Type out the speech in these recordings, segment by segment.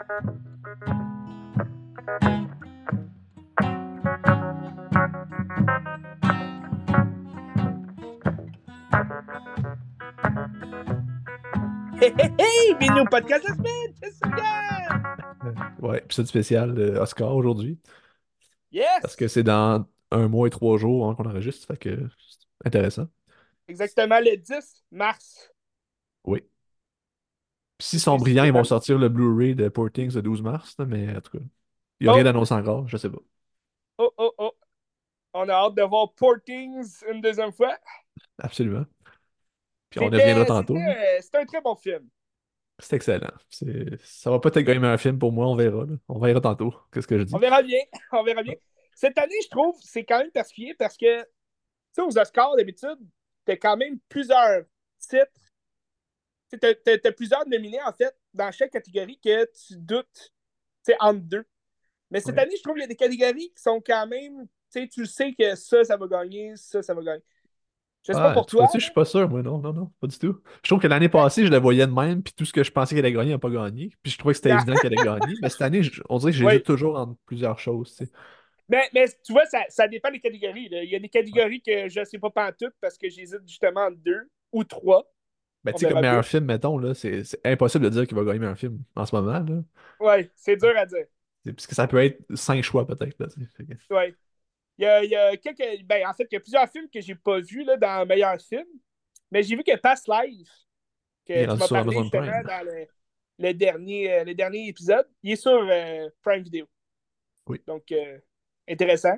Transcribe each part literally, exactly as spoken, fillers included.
Hey, hey, hey! Bienvenue au podcast de la semaine! Qu'est-ce que c'est? Euh, Ouais, épisode spécial euh, Oscar aujourd'hui. Parce que Yes! c'est dans un mois et trois jours hein, qu'on enregistre, fait que c'est intéressant. Exactement le dix mars. Oui. Puis s'ils Plus sont brillants, ils vont précisément. sortir le Blu-ray de Poor Things le douze mars, là, mais en tout cas, il n'y a rien Oh, d'annoncé encore, je sais pas. oh, oh, oh. On a hâte de voir Portings une deuxième fois. Absolument. Puis on y reviendra C'était, tantôt, là. c'était, c'était un très bon film. C'est excellent. C'est... Ça va peut-être gagner un film pour moi, on verra, là. On verra tantôt. Qu'est-ce que je On dis? verra bien. On verra bien. Cette année, je trouve, c'est quand même particulier parce que, tu sais, aux Oscars, d'habitude, t'as quand même plusieurs titres. Tu sais, T'as, t'as plusieurs nominés, en fait, dans chaque catégorie que tu doutes, tu sais, entre deux. Mais cette Ouais. année, je trouve qu'il y a des catégories qui sont quand même. Tu sais, tu sais que ça, ça va gagner, ça, ça va gagner. Je sais pas Ah, pour tu toi, vois-tu, je là. suis pas sûr, moi, non, non, non, pas du tout. Je trouve que l'année Ben, passée, je la voyais de même, puis tout ce que je pensais qu'elle allait gagner n'a pas gagné. Puis je trouvais que c'était non. évident qu'elle allait gagner. Mais cette année, je- on dirait que Oui. j'hésite toujours entre plusieurs choses, tu sais. Mais, mais tu vois, ça, ça dépend des catégories, là. Il y a des Ouais. catégories que je sais pas pantoute parce que j'hésite justement entre deux ou trois. Ben, On tu sais, comme verra bien. meilleur film, mettons, là, c'est c'est impossible de dire qu'il va gagner meilleur film en ce moment, là. Oui, c'est dur à dire. C'est- Parce que ça peut être cinq choix, peut-être, là, tu sais. Fait que- Oui. Il y a, il y a quelques. Ben, en fait, il y a plusieurs films que j'ai pas vus là, dans Meilleur film. Mais j'ai vu que Past Life, Il est que tu rendu m'as sur parlé Amazon justement Prime. dans le, le dernier, euh, le dernier épisode, il est sur euh, Prime Video. Oui. Donc, euh, intéressant.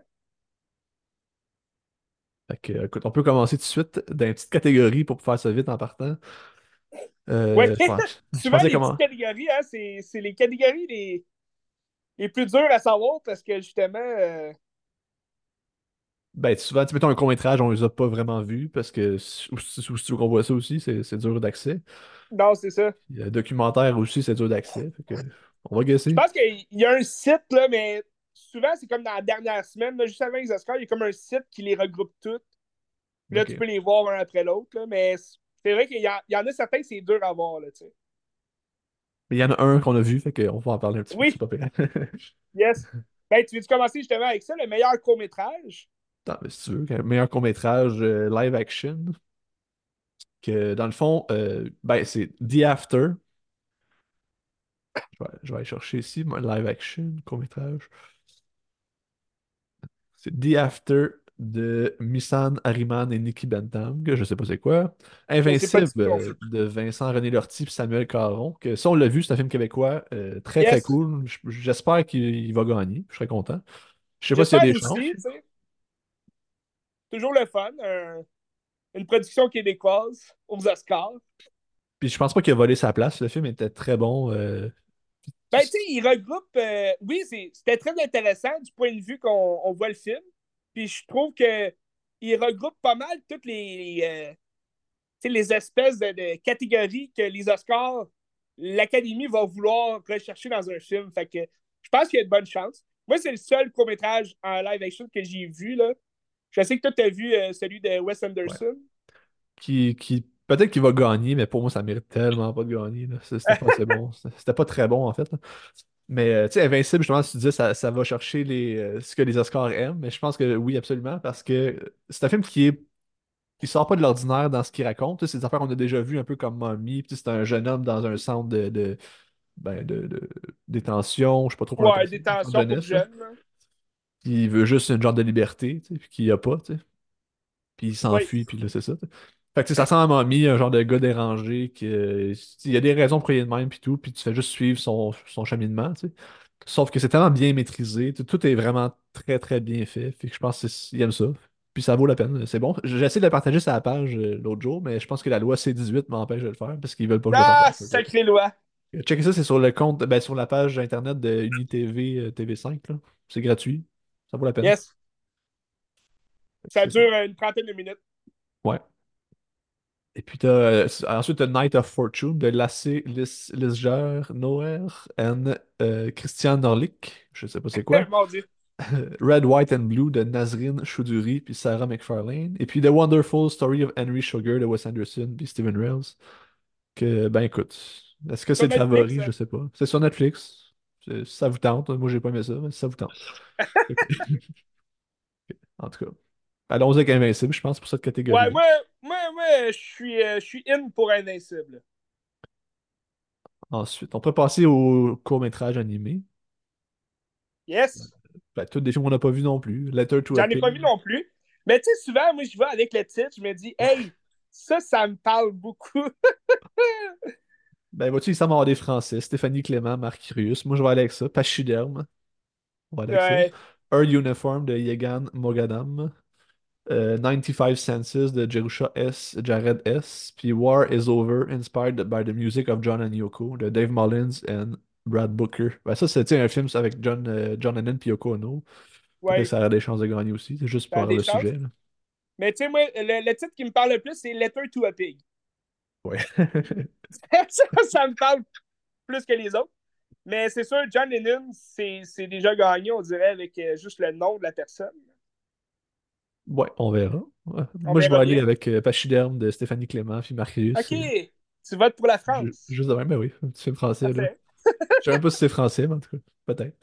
Fait que, écoute, on peut commencer tout de suite dans une petite catégorie pour faire ça vite en partant. Oui, Euh, je pense, je souvent pensais les petites comment. catégories, hein, c'est, c'est les catégories les, les plus dures à savoir parce que justement, euh, Ben, souvent, tu sais, mettons un court-métrage, on les a pas vraiment vus parce que si si- si tu veux qu'on voit ça aussi, c'est c'est dur d'accès. non, c'est ça. Puis, euh, documentaire aussi, c'est dur d'accès. Fait que, on va Je guesser. pense qu'il y a un site, là, mais souvent, c'est comme dans la dernière semaine, là, juste avant les Oscars, il y a comme un site qui les regroupe toutes. Puis là, tu OK. peux les voir un après l'autre, là, mais c'est vrai qu'il y, en- il y en a certains que c'est dur à voir, là, tu sais. Mais il y en a un qu'on a vu, fait qu'on va en parler un petit peu, c'est Oui, pas pire. yes. Ben, tu veux commencer justement avec ça, le meilleur court-métrage? Attends, mais si tu veux, qu'un meilleur court-métrage euh, live action, que dans le fond, euh, ben, c'est The After. Je vais, je vais aller chercher ici, moi, live action, court-métrage. C'est The After de Missan Harriman et Nikki Bentham, que je sais pas c'est quoi. Je sais pas Invincible du tout non euh, plus. de Vincent René Lortie et Samuel Caron, que ça, on l'a vu, c'est un film québécois euh, très très Yes. cool. J- J'espère qu'il il va gagner, je serais content. Je sais pas s'il y a J'espère des chances. aussi, tu sais. Toujours le fun. un- une production québécoise aux Oscars. Puis je pense pas qu'il a volé sa place, le film était très bon. euh, Ben, tu sais, il regroupe. euh, oui, c'est- c'était très intéressant du point de vue qu'on on voit le film. Puis je trouve que il regroupe pas mal toutes les, euh, tu sais, les espèces de, de catégories que les Oscars, l'Académie va vouloir rechercher dans un film. Fait que je pense qu'il y a de bonnes chances. Moi, c'est le seul court-métrage en live action que j'ai vu, là. Je sais que toi, tu as vu euh, celui de Wes ouais. Anderson. Qui, qui peut-être qu'il va gagner, mais pour moi, ça mérite tellement pas de gagner, là. C'était pas assez bon. C'était c'était pas très bon, en fait, là. Mais, euh, tu sais, Invincible, justement, si tu disais, ça, ça va chercher les, euh, ce que les Oscars aiment. Mais je pense que oui, absolument, parce que c'est un film qui est. Il sort pas de l'ordinaire dans ce qu'il raconte. Tu sais, c'est des affaires qu'on a déjà vues un peu comme Mommy. Puis, tu sais, c'est un jeune homme dans un centre de, de, ben, de, de détention, je sais pas trop comment on appelle Ouais, ça, un centre détention pour jeunesse, là. jeunes, là. Qui veut juste une genre de liberté, tu sais, puis qu'il n'y a pas, tu sais. Puis il Oui. s'enfuit, puis là, c'est ça. T'sais. Fait que tu sais, ça ressemble à Mommy, un genre de gars dérangé, qui, euh, il y a des raisons pour y aller de même, puis tout, puis tu fais juste suivre son, son cheminement, tu sais. Sauf que c'est tellement bien maîtrisé, tout tout est vraiment très, très bien fait, fait que je pense qu'il aime ça. Puis ça vaut la peine, c'est bon. J'ai essayé de le partager sur la page euh, l'autre jour, mais je pense que la loi C dix-huit m'empêche de le faire, parce qu'ils veulent pas que je le Ah, partage. Fait que, sacré loi. euh, checker ça, c'est sur le compte, ben, sur la page internet de UniTV euh, T V cinq, là. C'est gratuit, ça vaut la peine. Yes. Fait que Ça c'est ça. dure une trentaine de minutes. Ouais. Et puis t'as, euh, ensuite, t'as Knight of Fortune de Lasse Lis- Lisger Noer and euh, Christian Norlick. Je sais pas c'est quoi. Mon Dieu. Red, White and Blue de Nazrin Choudhury puis Sarah McFarlane. Et puis The Wonderful Story of Henry Sugar de Wes Anderson puis Stephen Rails. Que, ben écoute, est-ce que c'est Sur le Netflix, favori? hein? Je sais pas. C'est sur Netflix. C'est- Si ça vous tente, moi j'ai pas aimé ça, mais si ça vous tente. Ok. En tout cas. Allons-y avec Invincible, je pense, pour cette Ouais, catégorie-là. moi, moi, moi, je suis, euh, je suis in pour Invincible. Ensuite, on pourrait passer au court-métrage animé. Yes. Ben, tous des films qu'on n'a pas vus non plus. Letter to a J'en ai pas Pig. vu non plus. Mais tu sais, souvent, moi, je vais avec le titre, je me dis, hey, ça, ça me parle beaucoup. Ben, vois-tu, il semble avoir des Français. Stéphanie Clément, Marc Curius. Moi, je vais aller avec ça. Pachyderme. On va aller avec ça. Ouais. Earth Uniform de Yegan Mogadam. Euh, ninety-five Senses de Jerusha S. Jared S. Puis War is Over, Inspired by the Music of John and Yoko de Dave Mullins and Brad Booker. Ben, ça, c'était un film avec John, euh, John Lennon puis Yoko Ono. Peut-être que Ouais, ça aurait des chances de gagner aussi. C'est juste ça pour a avoir des le chances. sujet, là. Mais tu sais, moi, le, le titre qui me parle le plus, c'est Letter to a Pig. Ouais. ça, ça me parle plus que les autres. Mais c'est sûr, John Lennon, c'est c'est déjà gagné, on dirait, avec euh, juste le nom de la personne. Ouais, on verra. Ouais. On Moi, je vais verra aller bien. avec euh, Pachyderme de Stéphanie Clément puis OK, Marcus. tu votes pour la Ju- France. Juste de même, ben oui, un petit film français, là. Parfait. Je sais même pas si c'est français, mais en tout cas, peut-être.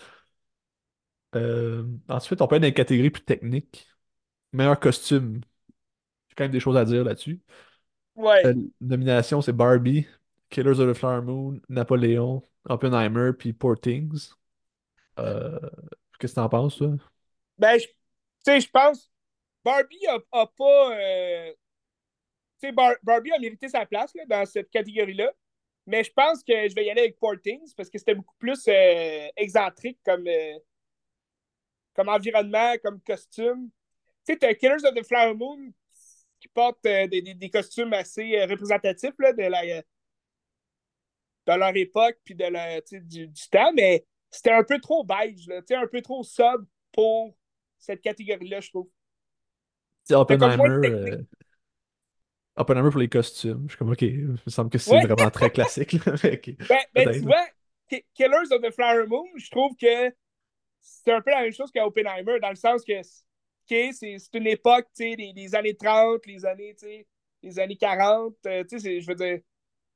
Euh, ensuite, on peut aller dans les catégories plus techniques. Meilleur costume. J'ai quand même des choses à dire là-dessus. Euh, Ouais. nomination, c'est Barbie, Killers of the Flower Moon, Napoléon, Oppenheimer, puis Poor Things. Euh, Qu'est-ce que t'en penses, toi? Ben, je- tu sais, je pense Barbie a, a pas. euh, tu sais, Bar- Barbie a mérité sa place là, dans cette catégorie-là. Mais je pense que je vais y aller avec Poor Things parce que c'était beaucoup plus euh, excentrique comme, euh, comme environnement, comme costume. Tu sais, t'as Killers of the Flower Moon qui portent euh, des, des- des costumes assez euh, représentatifs là, de, la, euh, de leur époque puis de la, tu sais, du, du temps, mais c'était un peu trop beige, là, tu sais, un peu trop sobre pour cette catégorie-là, je trouve. C'est C'était comme Oppenheimer, moins technique. euh, Oppenheimer pour les costumes. Je suis comme, ok, il me semble que c'est Ouais, vraiment très classique, là. Mais ok, ben, ben tu peut-être. vois, Killers of the Flower Moon, je trouve que c'est un peu la même chose qu'Oppenheimer, dans le sens que okay, c'est c'est une époque, tu sais, les, les années trente, les années, tu sais, les années quarante, euh, tu sais, je veux dire,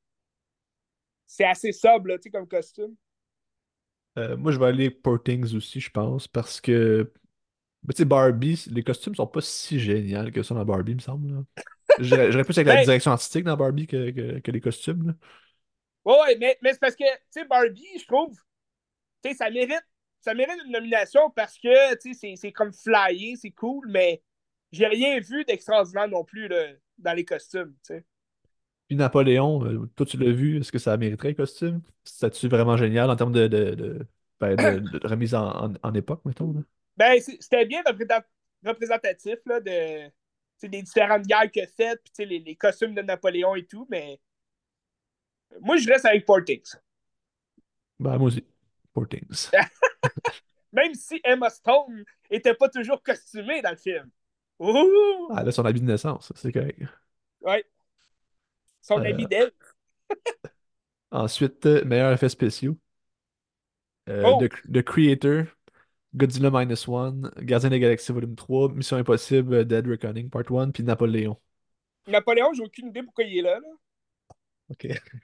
c'est assez sobre, là, tu sais, comme costume. Euh, moi, je vais aller pour Things aussi, je pense, parce que, ben, tu sais, Barbie, les costumes sont pas si géniaux que ça dans Barbie, il me semble, là. J'irais j'irais plus avec la Ben, direction artistique dans Barbie que, que, que les costumes, là. ouais, ouais, mais, mais c'est parce que, tu sais, Barbie, je trouve, tu sais, ça mérite, ça mérite une nomination parce que, tu sais, c'est c'est comme flyé, c'est cool, mais j'ai rien vu d'extraordinaire non plus, là, dans les costumes, tu sais. Puis Napoléon, euh, toi, tu l'as vu, est-ce que ça mériterait le costume? C'est-tu vraiment génial en termes de, de, de, ben, de- de remise en, en, en époque, mettons, là? Ben, c'était bien représentatif, là, de, des différentes guerres qu'il a faites, puis les, les costumes de Napoléon et tout, mais moi, je reste avec Portix. Ben, moi aussi, pour Things. Même si Emma Stone était pas toujours costumée dans le film. Ouh! Ah, là, son habit de naissance, c'est correct. Ouais, son Euh, habit d'elle. ensuite, euh, meilleurs effets spéciaux. Euh, Oh, The, The Creator, Godzilla Minus One, Gardien des Galaxies Volume trois, Mission Impossible, euh, Dead Reckoning Part un, puis Napoléon. Napoléon, j'ai aucune idée pourquoi il est là. Là. Ok.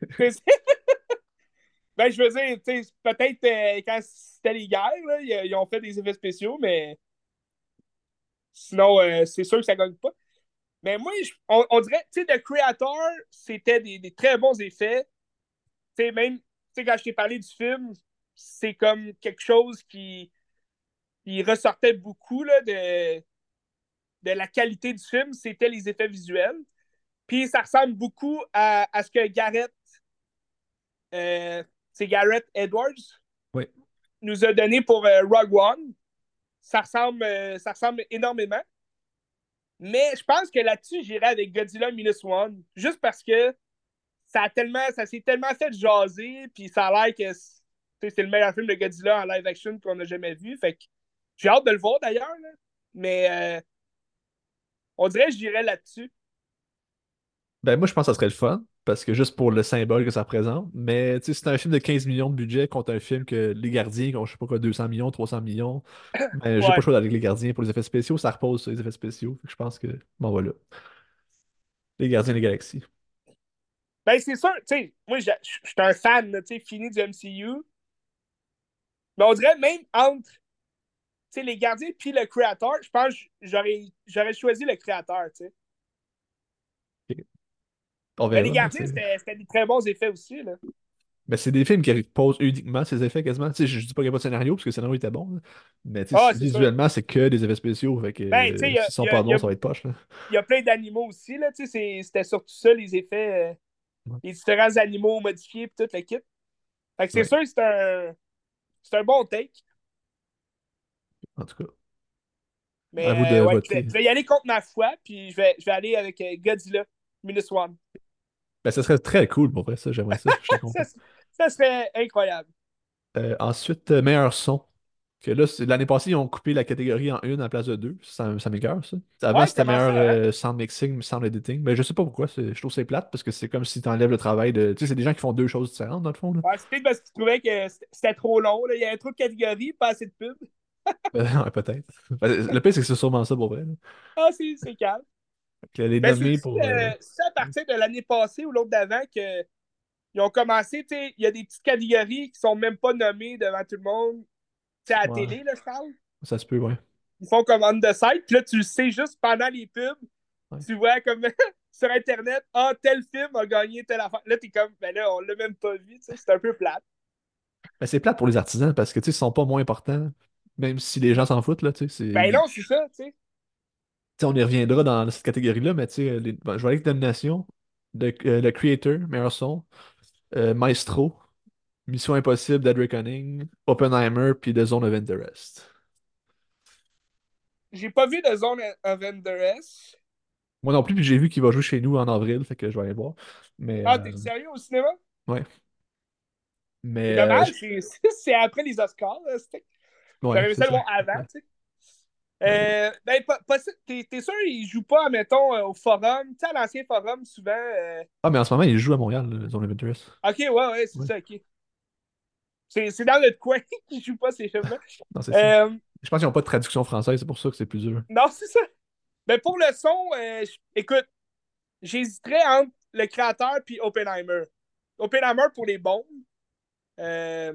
Ben, je veux dire, tu sais, peut-être euh, quand c'était les guerres, là, ils, ils ont fait des effets spéciaux, mais sinon, euh, c'est sûr que ça gagne pas. Mais moi, je- on, on dirait, tu sais, The Creator, c'était des, des très bons effets. Tu sais, même, tu sais, quand je t'ai parlé du film, c'est comme quelque chose qui, qui ressortait beaucoup là, de, de la qualité du film, c'était les effets visuels. Puis ça ressemble beaucoup à, à ce que Gareth, euh, c'est Gareth Edwards, Oui. nous a donné pour euh, Rogue One. Ça ressemble, euh, ça ressemble énormément. Mais je pense que là-dessus, j'irais avec Godzilla Minus One. Juste parce que ça a tellement, ça s'est tellement fait jaser, puis ça a l'air que c'est le meilleur film de Godzilla en live action qu'on a jamais vu. Fait que j'ai hâte de le voir d'ailleurs. Là. Mais euh, on dirait que j'irais là-dessus. Ben, moi, je pense que ça serait le fun, parce que juste pour le symbole que ça représente. Mais, tu sais, c'est un film de quinze millions de budget contre un film que Les Gardiens, qui ont, je sais pas quoi, deux cents millions, trois cents millions. Ben, j'ai pas le Ouais. choix d'aller avec Les Gardiens pour les effets spéciaux, ça repose sur les effets spéciaux. Fait que je pense que, bon, voilà. Les Gardiens des Galaxies. Ben, c'est sûr, tu sais, moi, je suis un fan, tu sais, fini du M C U. Mais on dirait même entre tu sais, les gardiens puis le créateur, je pense que j'aurais, j'aurais choisi le créateur. Tu sais. Ok. On Mais les verra, là, tu gardiens, sais. c'était c'était des très bons effets aussi. Là. Mais c'est des films qui posent uniquement ces effets quasiment. Tu sais, je, je dis pas qu'il n'y a pas de scénario, parce que le scénario était bon, là. Mais tu Ah, sais, c'est sûr. visuellement, c'est que des effets spéciaux. Fait que Ben, tu sais, euh, il y a, s'ils y sont a- pas y bons, a- ça va être poche, là. y a plein d'animaux aussi. Là, tu sais, c'est- c'était surtout ça, les effets, euh, Ouais. les différents animaux modifiés et tout le kit. Fait que c'est Ouais. sûr que c'est un, c'est un bon take. En tout cas, à vous de Mais euh, ouais, je vais, voter. je vais y aller contre ma foi, puis je vais, je vais aller avec euh, Godzilla Minus One. Ben, ça serait très cool pour vrai, ça. J'aimerais ça. Je serais ça, content. ça serait incroyable. Euh, ensuite, euh, meilleur son. Que là, c'est- l'année passée, ils ont coupé la catégorie en une à la place de deux. Ça, ça m'écoeure, ça. Avant, Ouais, c'était comment meilleur ça, hein? euh, sound mixing, sound editing. Mais je sais pas pourquoi. c'est- Je trouve que c'est plate parce que c'est comme si tu enlèves le travail de. Tu sais, c'est des gens qui font deux choses différentes, dans le fond, là. Ouais, c'est peut-être parce qu'ils trouvaient que c'était c'était trop long. Là. Il y avait trop de catégories, pas assez de pubs. Euh, ouais, peut-être. Ben, le pire, c'est que c'est sûrement ça pour vrai, là. Ah, c'est c'est calme. Fait que les Ben, c'est nommés aussi pour. euh, euh, ça à partir de l'année passée ou l'autre d'avant que ils ont commencé, tu sais, il y a des petites catégories qui sont même pas nommées devant tout le monde. Tu sais, à la Ouais, télé, là, je parle. ça se peut, ouais. Ils font comme on the side, puis là, tu le sais juste pendant les pubs. Ouais. Tu vois comme sur Internet, ah, tel film a gagné telle affaire. Là, t'es comme, ben là, on l'a même pas vu, tu sais, c'est un peu plate. Mais c'est plate pour les artisans parce que, tu sais, ils sont pas moins importants. Même si les gens s'en foutent, là, tu sais. c'est- Ben ils- non, c'est ça, tu sais. Tu sais, on y reviendra dans cette catégorie-là, mais tu sais, les- bon, je vais aller avec nomination. Le, euh, le Creator, meilleur son. Euh, Maestro. Mission Impossible, Dead Reckoning, Oppenheimer, puis The Zone of Interest. J'ai pas vu de Zone of Interest. Moi non plus, puis j'ai vu qu'il va jouer chez nous en avril, fait que je vais aller voir. Mais, Ah, euh, t'es sérieux au cinéma? ouais. C'est Mais, euh, je- dommage, c'est c'est après les Oscars. Là, c'était- ouais, j'aurais aimé c'est ça le ça. voir avant, Ouais. tu sais. Mais- Euh, ben, pas, pas- t'es, t'es sûr il joue pas, mettons, euh, au forum? Tu sais, à l'ancien forum, souvent. euh, Ah, mais en ce moment, il joue à Montréal, le Zone of Interest. Ok, ouais, ouais, c'est Ouais. ça, ok. C'est c'est dans le coin qui joue pas ces films-là. Non, c'est ça. Euh, Je pense qu'ils n'ont pas de traduction française, c'est pour ça que c'est plus dur. non, c'est ça. Ben, pour le son, euh, je- écoute, j'hésiterais entre le créateur puis Oppenheimer. Oppenheimer pour les bons. Euh,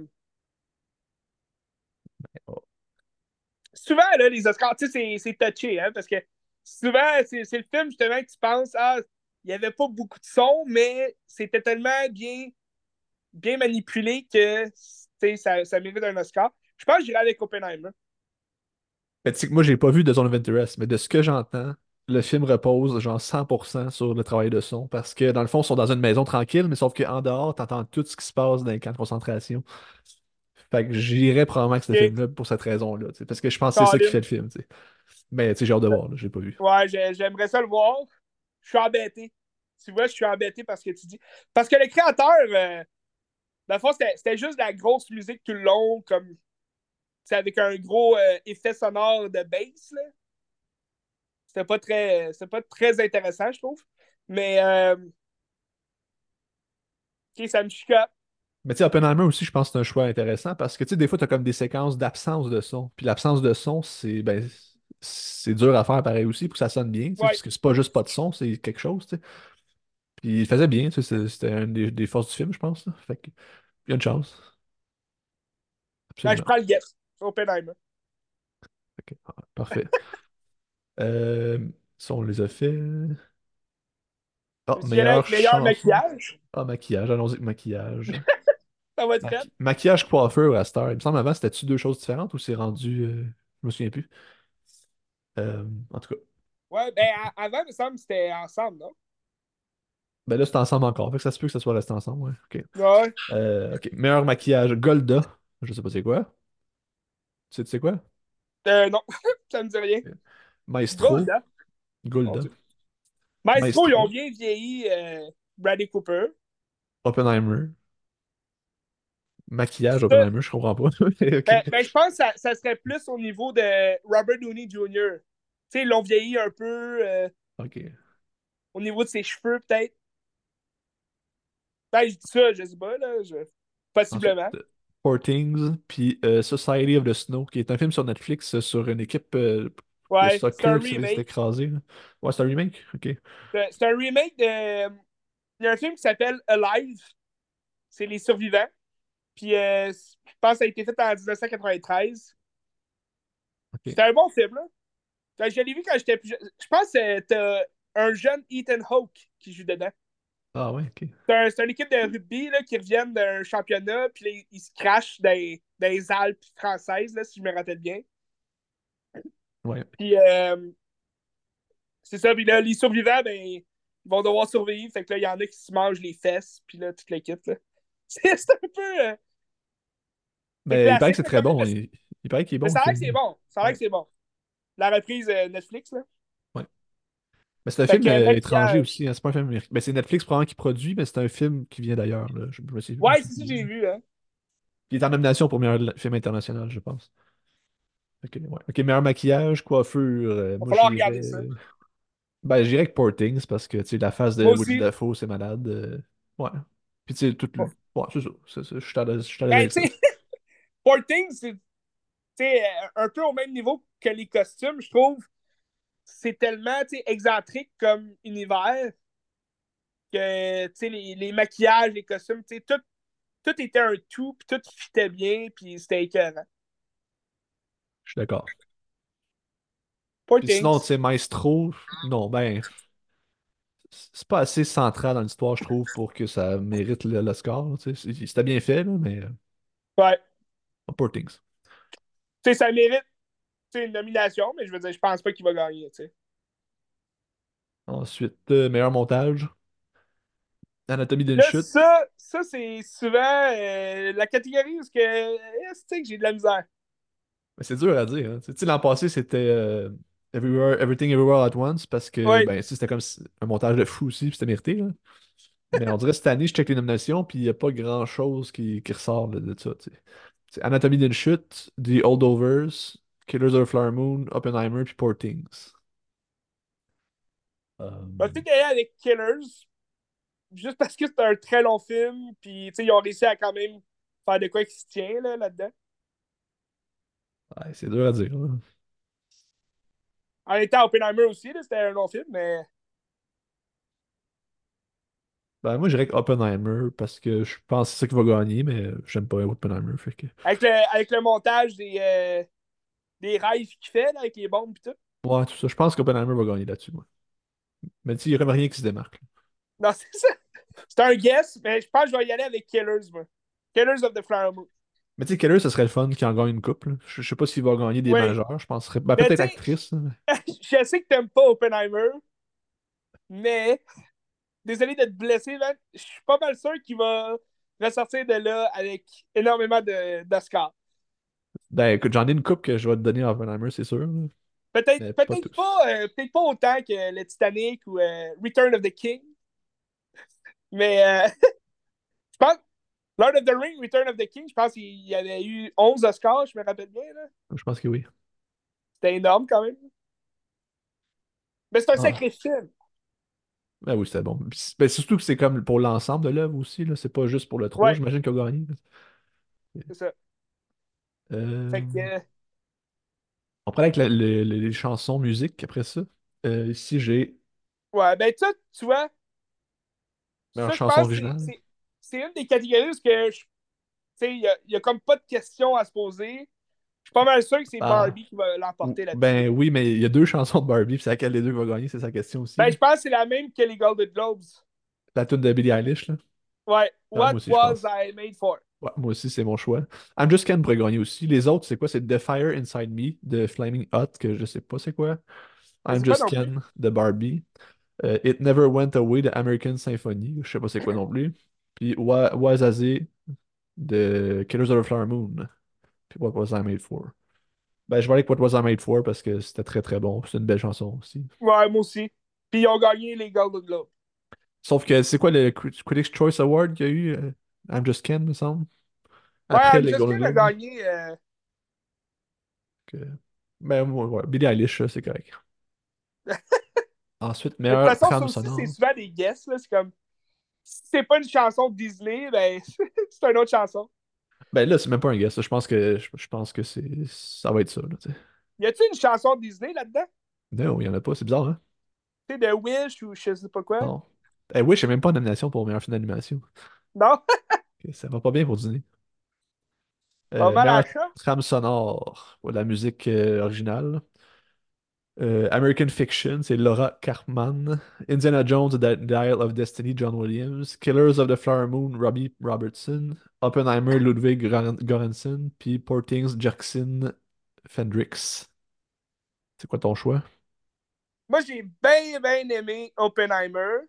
Oh. souvent, là, les Oscars, tu sais, c'est c'est touché, hein, parce que souvent, c'est c'est le film, justement, que tu penses, ah, il n'y avait pas beaucoup de son, mais c'était tellement bien, bien manipulé que, tu sais, ça, ça mérite un Oscar. Je pense que j'irai avec Oppenheimer. Mais tu sais que moi, j'ai pas vu The Zone of Interest, mais de ce que j'entends, le film repose genre cent pour cent sur le travail de son, parce que dans le fond, ils sont dans une maison tranquille, mais sauf qu'en dehors, t'entends tout ce qui se passe dans les camps de concentration. Fait que j'irais probablement avec ce OK, film-là pour cette raison-là, tu sais, parce que je pense que c'est ça qui fait Colin. le film, tu sais. Mais tu sais, j'ai hâte de voir, là, j'ai pas vu. Ouais, j'ai- j'aimerais ça le voir. Je suis embêté. Tu vois, je suis embêté parce que tu dis. Parce que le créateur, euh, dans le fond, c'était c'était juste de la grosse musique tout le long, comme, c'est avec un gros euh, effet sonore de bass, là. C'était pas très, c'était pas très intéressant, je trouve. Mais, euh, ok, ça me chicote. Mais tu sais, Oppenheimer aussi, je pense que c'est un choix intéressant parce que tu sais, des fois, tu as comme des séquences d'absence de son. Puis l'absence de son, c'est ben, c'est dur à faire pareil aussi pour que ça sonne bien, tu sais, Ouais. parce que c'est pas juste pas de son, c'est quelque chose, tu sais. Puis il faisait bien, tu sais, c'est- c'était une des, des forces du film, je pense, là. Fait que, il y a une chance, Ben, je absolument. prends le guess. Oppenheimer. Ok, ah, parfait. Euh, ça, on les a fait. Ah, Je dirais meilleure avec meilleur chanson. maquillage. Ah, maquillage, allons-y avec maquillage. Ça va être fait. Maqui- maquillage coiffeur à Star. Il me semble avant, c'était-tu deux choses différentes ou c'est rendu. euh, Je me souviens plus. Euh, en tout cas. Ouais, ben, à- avant, il me semble que c'était ensemble, non? Ben là, c'est ensemble encore. Fait que ça se peut que ça soit resté ensemble, ouais. OK. Ouais. Euh, OK. Meilleur maquillage, Golda. Je sais pas c'est quoi. Tu sais, tu sais quoi? Euh, non, ça me dit rien. Ok. Maestro. Golda. Mon Golda. Dieu. Maestro, ils ont Maestro. bien vieilli euh, Bradley Cooper. Oppenheimer. Maquillage, Ça, Oppenheimer, je comprends pas. OK. ben, ben, je pense que ça, ça serait plus au niveau de Robert Downey junior Tu sais, ils l'ont vieilli un peu euh, OK. au niveau de ses cheveux, peut-être. Ben, je dis ça, je sais pas, là. Je... Ensuite, Possiblement. euh, Poor Things, puis euh, Society of the Snow, qui est un film sur Netflix euh, sur une équipe euh, de Ouais, c'est un soccer qui se fait remake. écraser, là. Ouais, c'est un remake? OK. C'est c'est un remake de. Il y a un film qui s'appelle Alive. C'est les survivants. Puis euh, je pense que ça a été fait en dix-neuf cent quatre-vingt-treize. Ok. C'était un bon film, là. Quand je l'ai vu quand j'étais plus jeune. Je pense que t'as un jeune Ethan Hawke qui joue dedans. Ah ouais, ok. C'est un, c'est une équipe de rugby là, qui reviennent d'un championnat, puis là, ils, ils se crachent dans, les- dans les Alpes françaises, là, si je me rappelle bien. Ouais. Puis euh, c'est ça, puis là, les survivants, ben, ils vont devoir survivre. Fait que là, il y en a qui se mangent les fesses, puis là, toute l'équipe, là. C'est c'est un peu. Euh, c'est Mais il paraît que classique, c'est mais très quand même. bon. Mais, Il, il paraît qu'il est mais bon, le ça a l'air que c'est film. bon. Ça a l'air Ouais. que c'est bon. La reprise euh, Netflix, là. Ouais. Mais c'est un Fait film que euh, étranger maquillage. aussi, hein. C'est pas un film américain. Ben, c'est Netflix probablement qui produit, mais c'est un film qui vient d'ailleurs, là. Je, je me suis- je me Ouais, suis c'est ça plus. que j'ai vu, hein. Il est en nomination pour meilleur film international, je pense. Ok, ouais. Ok, meilleur maquillage, coiffure. Euh, Va moi, falloir regarder ça. j'irais. Ben, j'irais avec Poor Things parce que, tu sais, la face de Moi Willem aussi. Dafoe, c'est malade. euh, Ouais. Puis, tu sais, tout le. Ouais, c'est ça. C'est ça. Je suis à l'aise je suis à l'aise Ben, avec ça. tu sais, Poor Things, c'est tu sais, un peu au même niveau que les costumes, je trouve. C'est tellement tu sais, excentrique comme univers que tu sais, les, les maquillages, les costumes, tu sais, tout, tout était un tout, puis tout fitait bien, puis c'était écœurant. Je suis d'accord. Poor Puis sinon, tu Things. sais, Maestro, non, ben, c'est pas assez central dans l'histoire, je trouve, pour que ça mérite le- l'Oscar, là, tu sais. C'est- C'était bien fait, là, mais euh, Ouais. pas Poor Things. Tu sais, ça mérite tu sais, une nomination, mais je veux dire, je pense pas qu'il va gagner, tu sais. Ensuite, euh, meilleur montage. Anatomie d'une Là, chute. ça, ça c'est souvent euh, la catégorie où ce que, euh, c'est que j'ai de la misère. Mais c'est dur à dire, hein. Tu sais, l'an passé, c'était euh, Everywhere, Everything Everywhere at Once parce que, Oui. ben, si c'était comme si- un montage de fou aussi, puis c'était mérité, là. Mais on dirait cette année, je check les nominations, puis il n'y a pas grand-chose qui, qui ressort là, de ça, tu sais. C'est Anatomie d'une chute, The Holdovers, Killers of the Flower Moon, Oppenheimer, puis Poor Things. Euh, Je vais peut-être y aller avec Killers, juste parce que c'est un très long film, puis tu sais, ils ont réussi à quand même faire de quoi qui se tient là, là-dedans. ouais, c'est dur à dire, hein. En étant Oppenheimer aussi, là, c'était un long film, mais Ben, moi, je dirais que Oppenheimer parce que je pense que c'est ça qui va gagner, mais j'aime pas Oppenheimer. Fait que... avec le, avec le montage des, euh, des rêves qu'il fait là, avec les bombes et tout. Ouais, tout ça. Je pense qu'Oppenheimer va gagner là-dessus, moi. Mais tu sais, il n'y aurait rien qui se démarque, là. Non, c'est ça. C'est un guess, mais je pense que je vais y aller avec Killers, moi. Killers of the Flower Moon. Mais tu sais, Keller, ce serait le fun qu'il en gagne une coupe, là. Je, je sais pas s'il va gagner des Oui. majeurs. Je penserais. Ben, Mais peut-être tu sais, actrice, là, mais- je sais que t'aimes pas Oppenheimer, mais désolé d'être blessé, man. Je suis pas mal sûr qu'il va ressortir de là avec énormément de- d'Oscars. Ben, écoute, j'en ai une coupe que je vais te donner à Oppenheimer, c'est sûr, là. Peut-être Mais pas peut-être tous. pas, euh, peut-être pas autant que le Titanic ou euh, Return of the King, mais euh, je pense Lord of the Ring, Return of the King, je pense qu'il y avait eu onze Oscars, je me rappelle bien. Là. Je pense que oui. C'était énorme quand même. Mais c'est un Ah. sacré film. Ben oui, c'était bon. Puis c'est- ben, surtout que c'est comme pour l'ensemble de l'œuvre aussi, là. C'est pas juste pour le trois, Ouais, j'imagine qu'il a gagné, là. c'est ça. Euh, Fait que, euh, On prend avec la- le- le- les chansons, musique après ça. Euh, ici, j'ai ouais, ben ça, tu vois, meilleure ça, je chanson pense que c'est originale. c'est- c'est une des catégories où que je- tu sais, il y a, il y a comme pas de questions à se poser. Je suis pas mal sûr que c'est Ah. Barbie qui va Ou- l'emporter là-dessus. Ben oui, mais il y a deux chansons de Barbie, puis c'est laquelle des deux va gagner, c'est sa question aussi, Ben, là. je pense que c'est la même que les Golden Globes. La tune de Billie Eilish, là. Ouais. Ah, moi What aussi, je was pense. I made for? Ouais, moi aussi, c'est mon choix. I'm Just Ken pourrait gagner aussi. Les autres, c'est quoi? C'est The Fire Inside Me de Flaming Hot, que je sais pas c'est quoi. Je I'm sais pas Just non plus. Ken de Barbie. Euh, It Never Went Away de American Symphony. Je sais pas c'est quoi non plus. Puis Wa- Wazaze de Killers of the Flower Moon. Puis What Was I Made For. Ben, je vais aller avec What Was I Made For parce que c'était très très bon. C'est une belle chanson aussi. Ouais, moi aussi. Puis ils ont gagné les Golden Globes. Sauf que c'est quoi le Crit- Critics' Choice Award qu'il y a eu? euh, I'm Just Ken, me semble. Ouais, Après I'm les Just Golden King a Globes. gagné. euh, Que- Ben, ouais, ouais, Billie Eilish, c'est correct. Ensuite, De toute meilleure façon, ça trame aussi, c'est sonore. souvent des guests. Là. C'est comme, si c'est pas une chanson de Disney, ben, c'est une autre chanson. Ben là, c'est même pas un guess, là. Je pense que je, je pense que c'est ça va être ça, là, tu sais. Y a-tu une chanson de Disney là-dedans? Non, il y en a pas, c'est bizarre, hein? Tu sais, de Wish ou je sais pas quoi? Non. Eh oui, j'ai même pas de nomination pour meilleur film d'animation. Non? Ok, ça va pas bien pour Disney. Pas Euh, mal à meilleure ça. trame sonore pour la musique euh, originale. Euh, American Fiction, c'est Laura Karpman. Indiana Jones, The Dial of Destiny, John Williams. Killers of the Flower Moon, Robbie Robertson. Oppenheimer, Ludwig Göran- Göransson. Puis Poor Things, Jackson Fendrix. C'est quoi ton choix? Moi, j'ai bien, bien aimé Oppenheimer.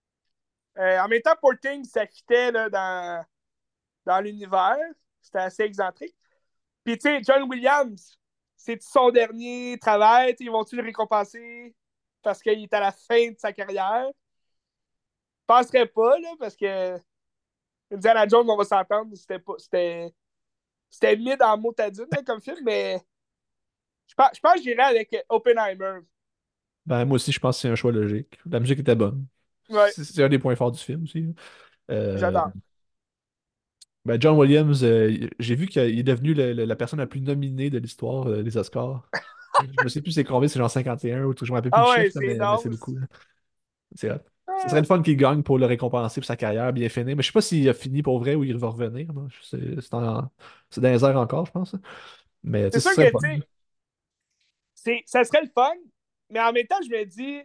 Euh, en même temps, Poor Things, ça fitait là, dans, dans l'univers. C'était assez excentrique. Puis, tu sais, John Williams, c'est son dernier travail. Ils vont-tu le récompenser parce qu'il est à la fin de sa carrière? Je penserais pas, là, parce que Indiana Jones, on va s'entendre, c'était pas. C'était. C'était mid en motadine là, comme film, mais je pense, je pense que j'irais avec Oppenheimer. Ben, moi aussi, je pense que c'est un choix logique. La musique était bonne. Ouais, C'est c'est un des points forts du film aussi. Euh, j'adore. ben, John Williams, euh, j'ai vu qu'il est devenu le- le- la personne la plus nominée de l'histoire euh, des Oscars. Je me sais plus c'est combien, c'est genre cinquante et un ou tout, je me rappelle plus le Ah ouais, chiffre, là, c'est mais, mais c'est énorme. beaucoup, là. C'est hot. Ce serait Ah, le fun qu'il gagne pour le récompenser pour sa carrière bien finie. Mais je sais pas s'il a fini pour vrai ou il va revenir, là. Je sais- C'est en- c'est dans les airs encore, je pense. Mais tu c'est sais, ce sûr serait le que, tu fun. sais, c'est- ça serait le fun, mais en même temps, je me dis,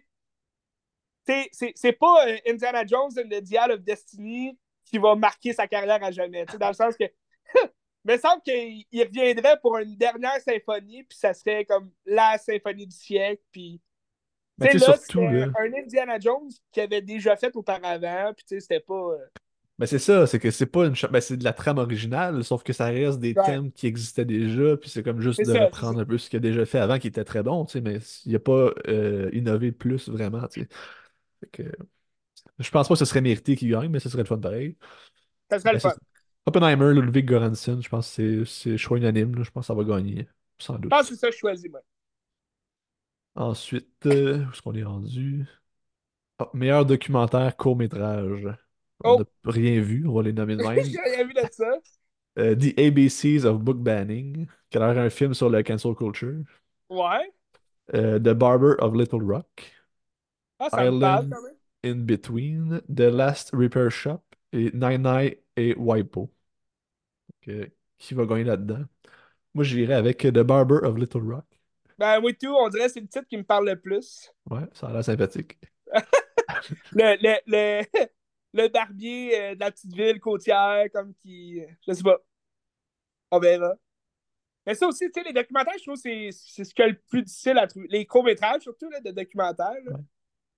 tu sais, c'est c'est pas euh, Indiana Jones and the Dial of Destiny qui va marquer sa carrière à jamais. Tu sais, dans le sens que, il me semble qu'il il reviendrait pour une dernière symphonie, puis ça serait comme la symphonie du siècle, puis Mais tu tu sais, sais, là, surtout, c'était là. un Indiana Jones qui avait déjà fait auparavant, puis tu sais, c'était pas. euh, Ben c'est ça, c'est que c'est pas une cha- ben c'est de la trame originale, sauf que ça reste des Ouais, thèmes qui existaient déjà, puis c'est comme juste c'est de ça, c'est ça. reprendre un peu ce qu'il a déjà fait avant qui était très bon, tu sais, mais il a pas euh, innové plus vraiment, tu sais. Fait que, je pense pas que ce serait mérité qu'il gagne, mais ce serait le fun pareil. Ça serait Ben, le c'est fun. ça. Oppenheimer, Ludwig Göransson, je pense que c'est c'est choix unanime, là. Je pense que ça va gagner, sans Je pense que doute. c'est ça que je choisis, moi. Ensuite, euh, où est-ce qu'on est rendu? Ah, meilleur documentaire court-métrage. On n'a Oh, rien vu, on va les nommer de même. j'ai rien vu de ça. Euh, The A B Cs of Book Banning, qui a l'air un film sur le cancel culture. Ouais. Euh, The Barber of Little Rock. Ah, ça me parle Island quand même. in Between. The Last Repair Shop. Et Nine Nine et Waipo. Donc, euh, qui va gagner là-dedans? Moi, j'irais avec The Barber of Little Rock. Ben, oui, tout, on dirait que c'est le titre qui me parle le plus. Ouais, ça a l'air sympathique. Le, le, le, le barbier euh, de la petite ville côtière, comme qui. Je sais pas. On verra. Mais ça aussi, tu sais, les documentaires, je trouve que c'est c'est ce qui est le plus difficile à trouver. Les courts-métrages, surtout, là, de documentaires, là, Ouais.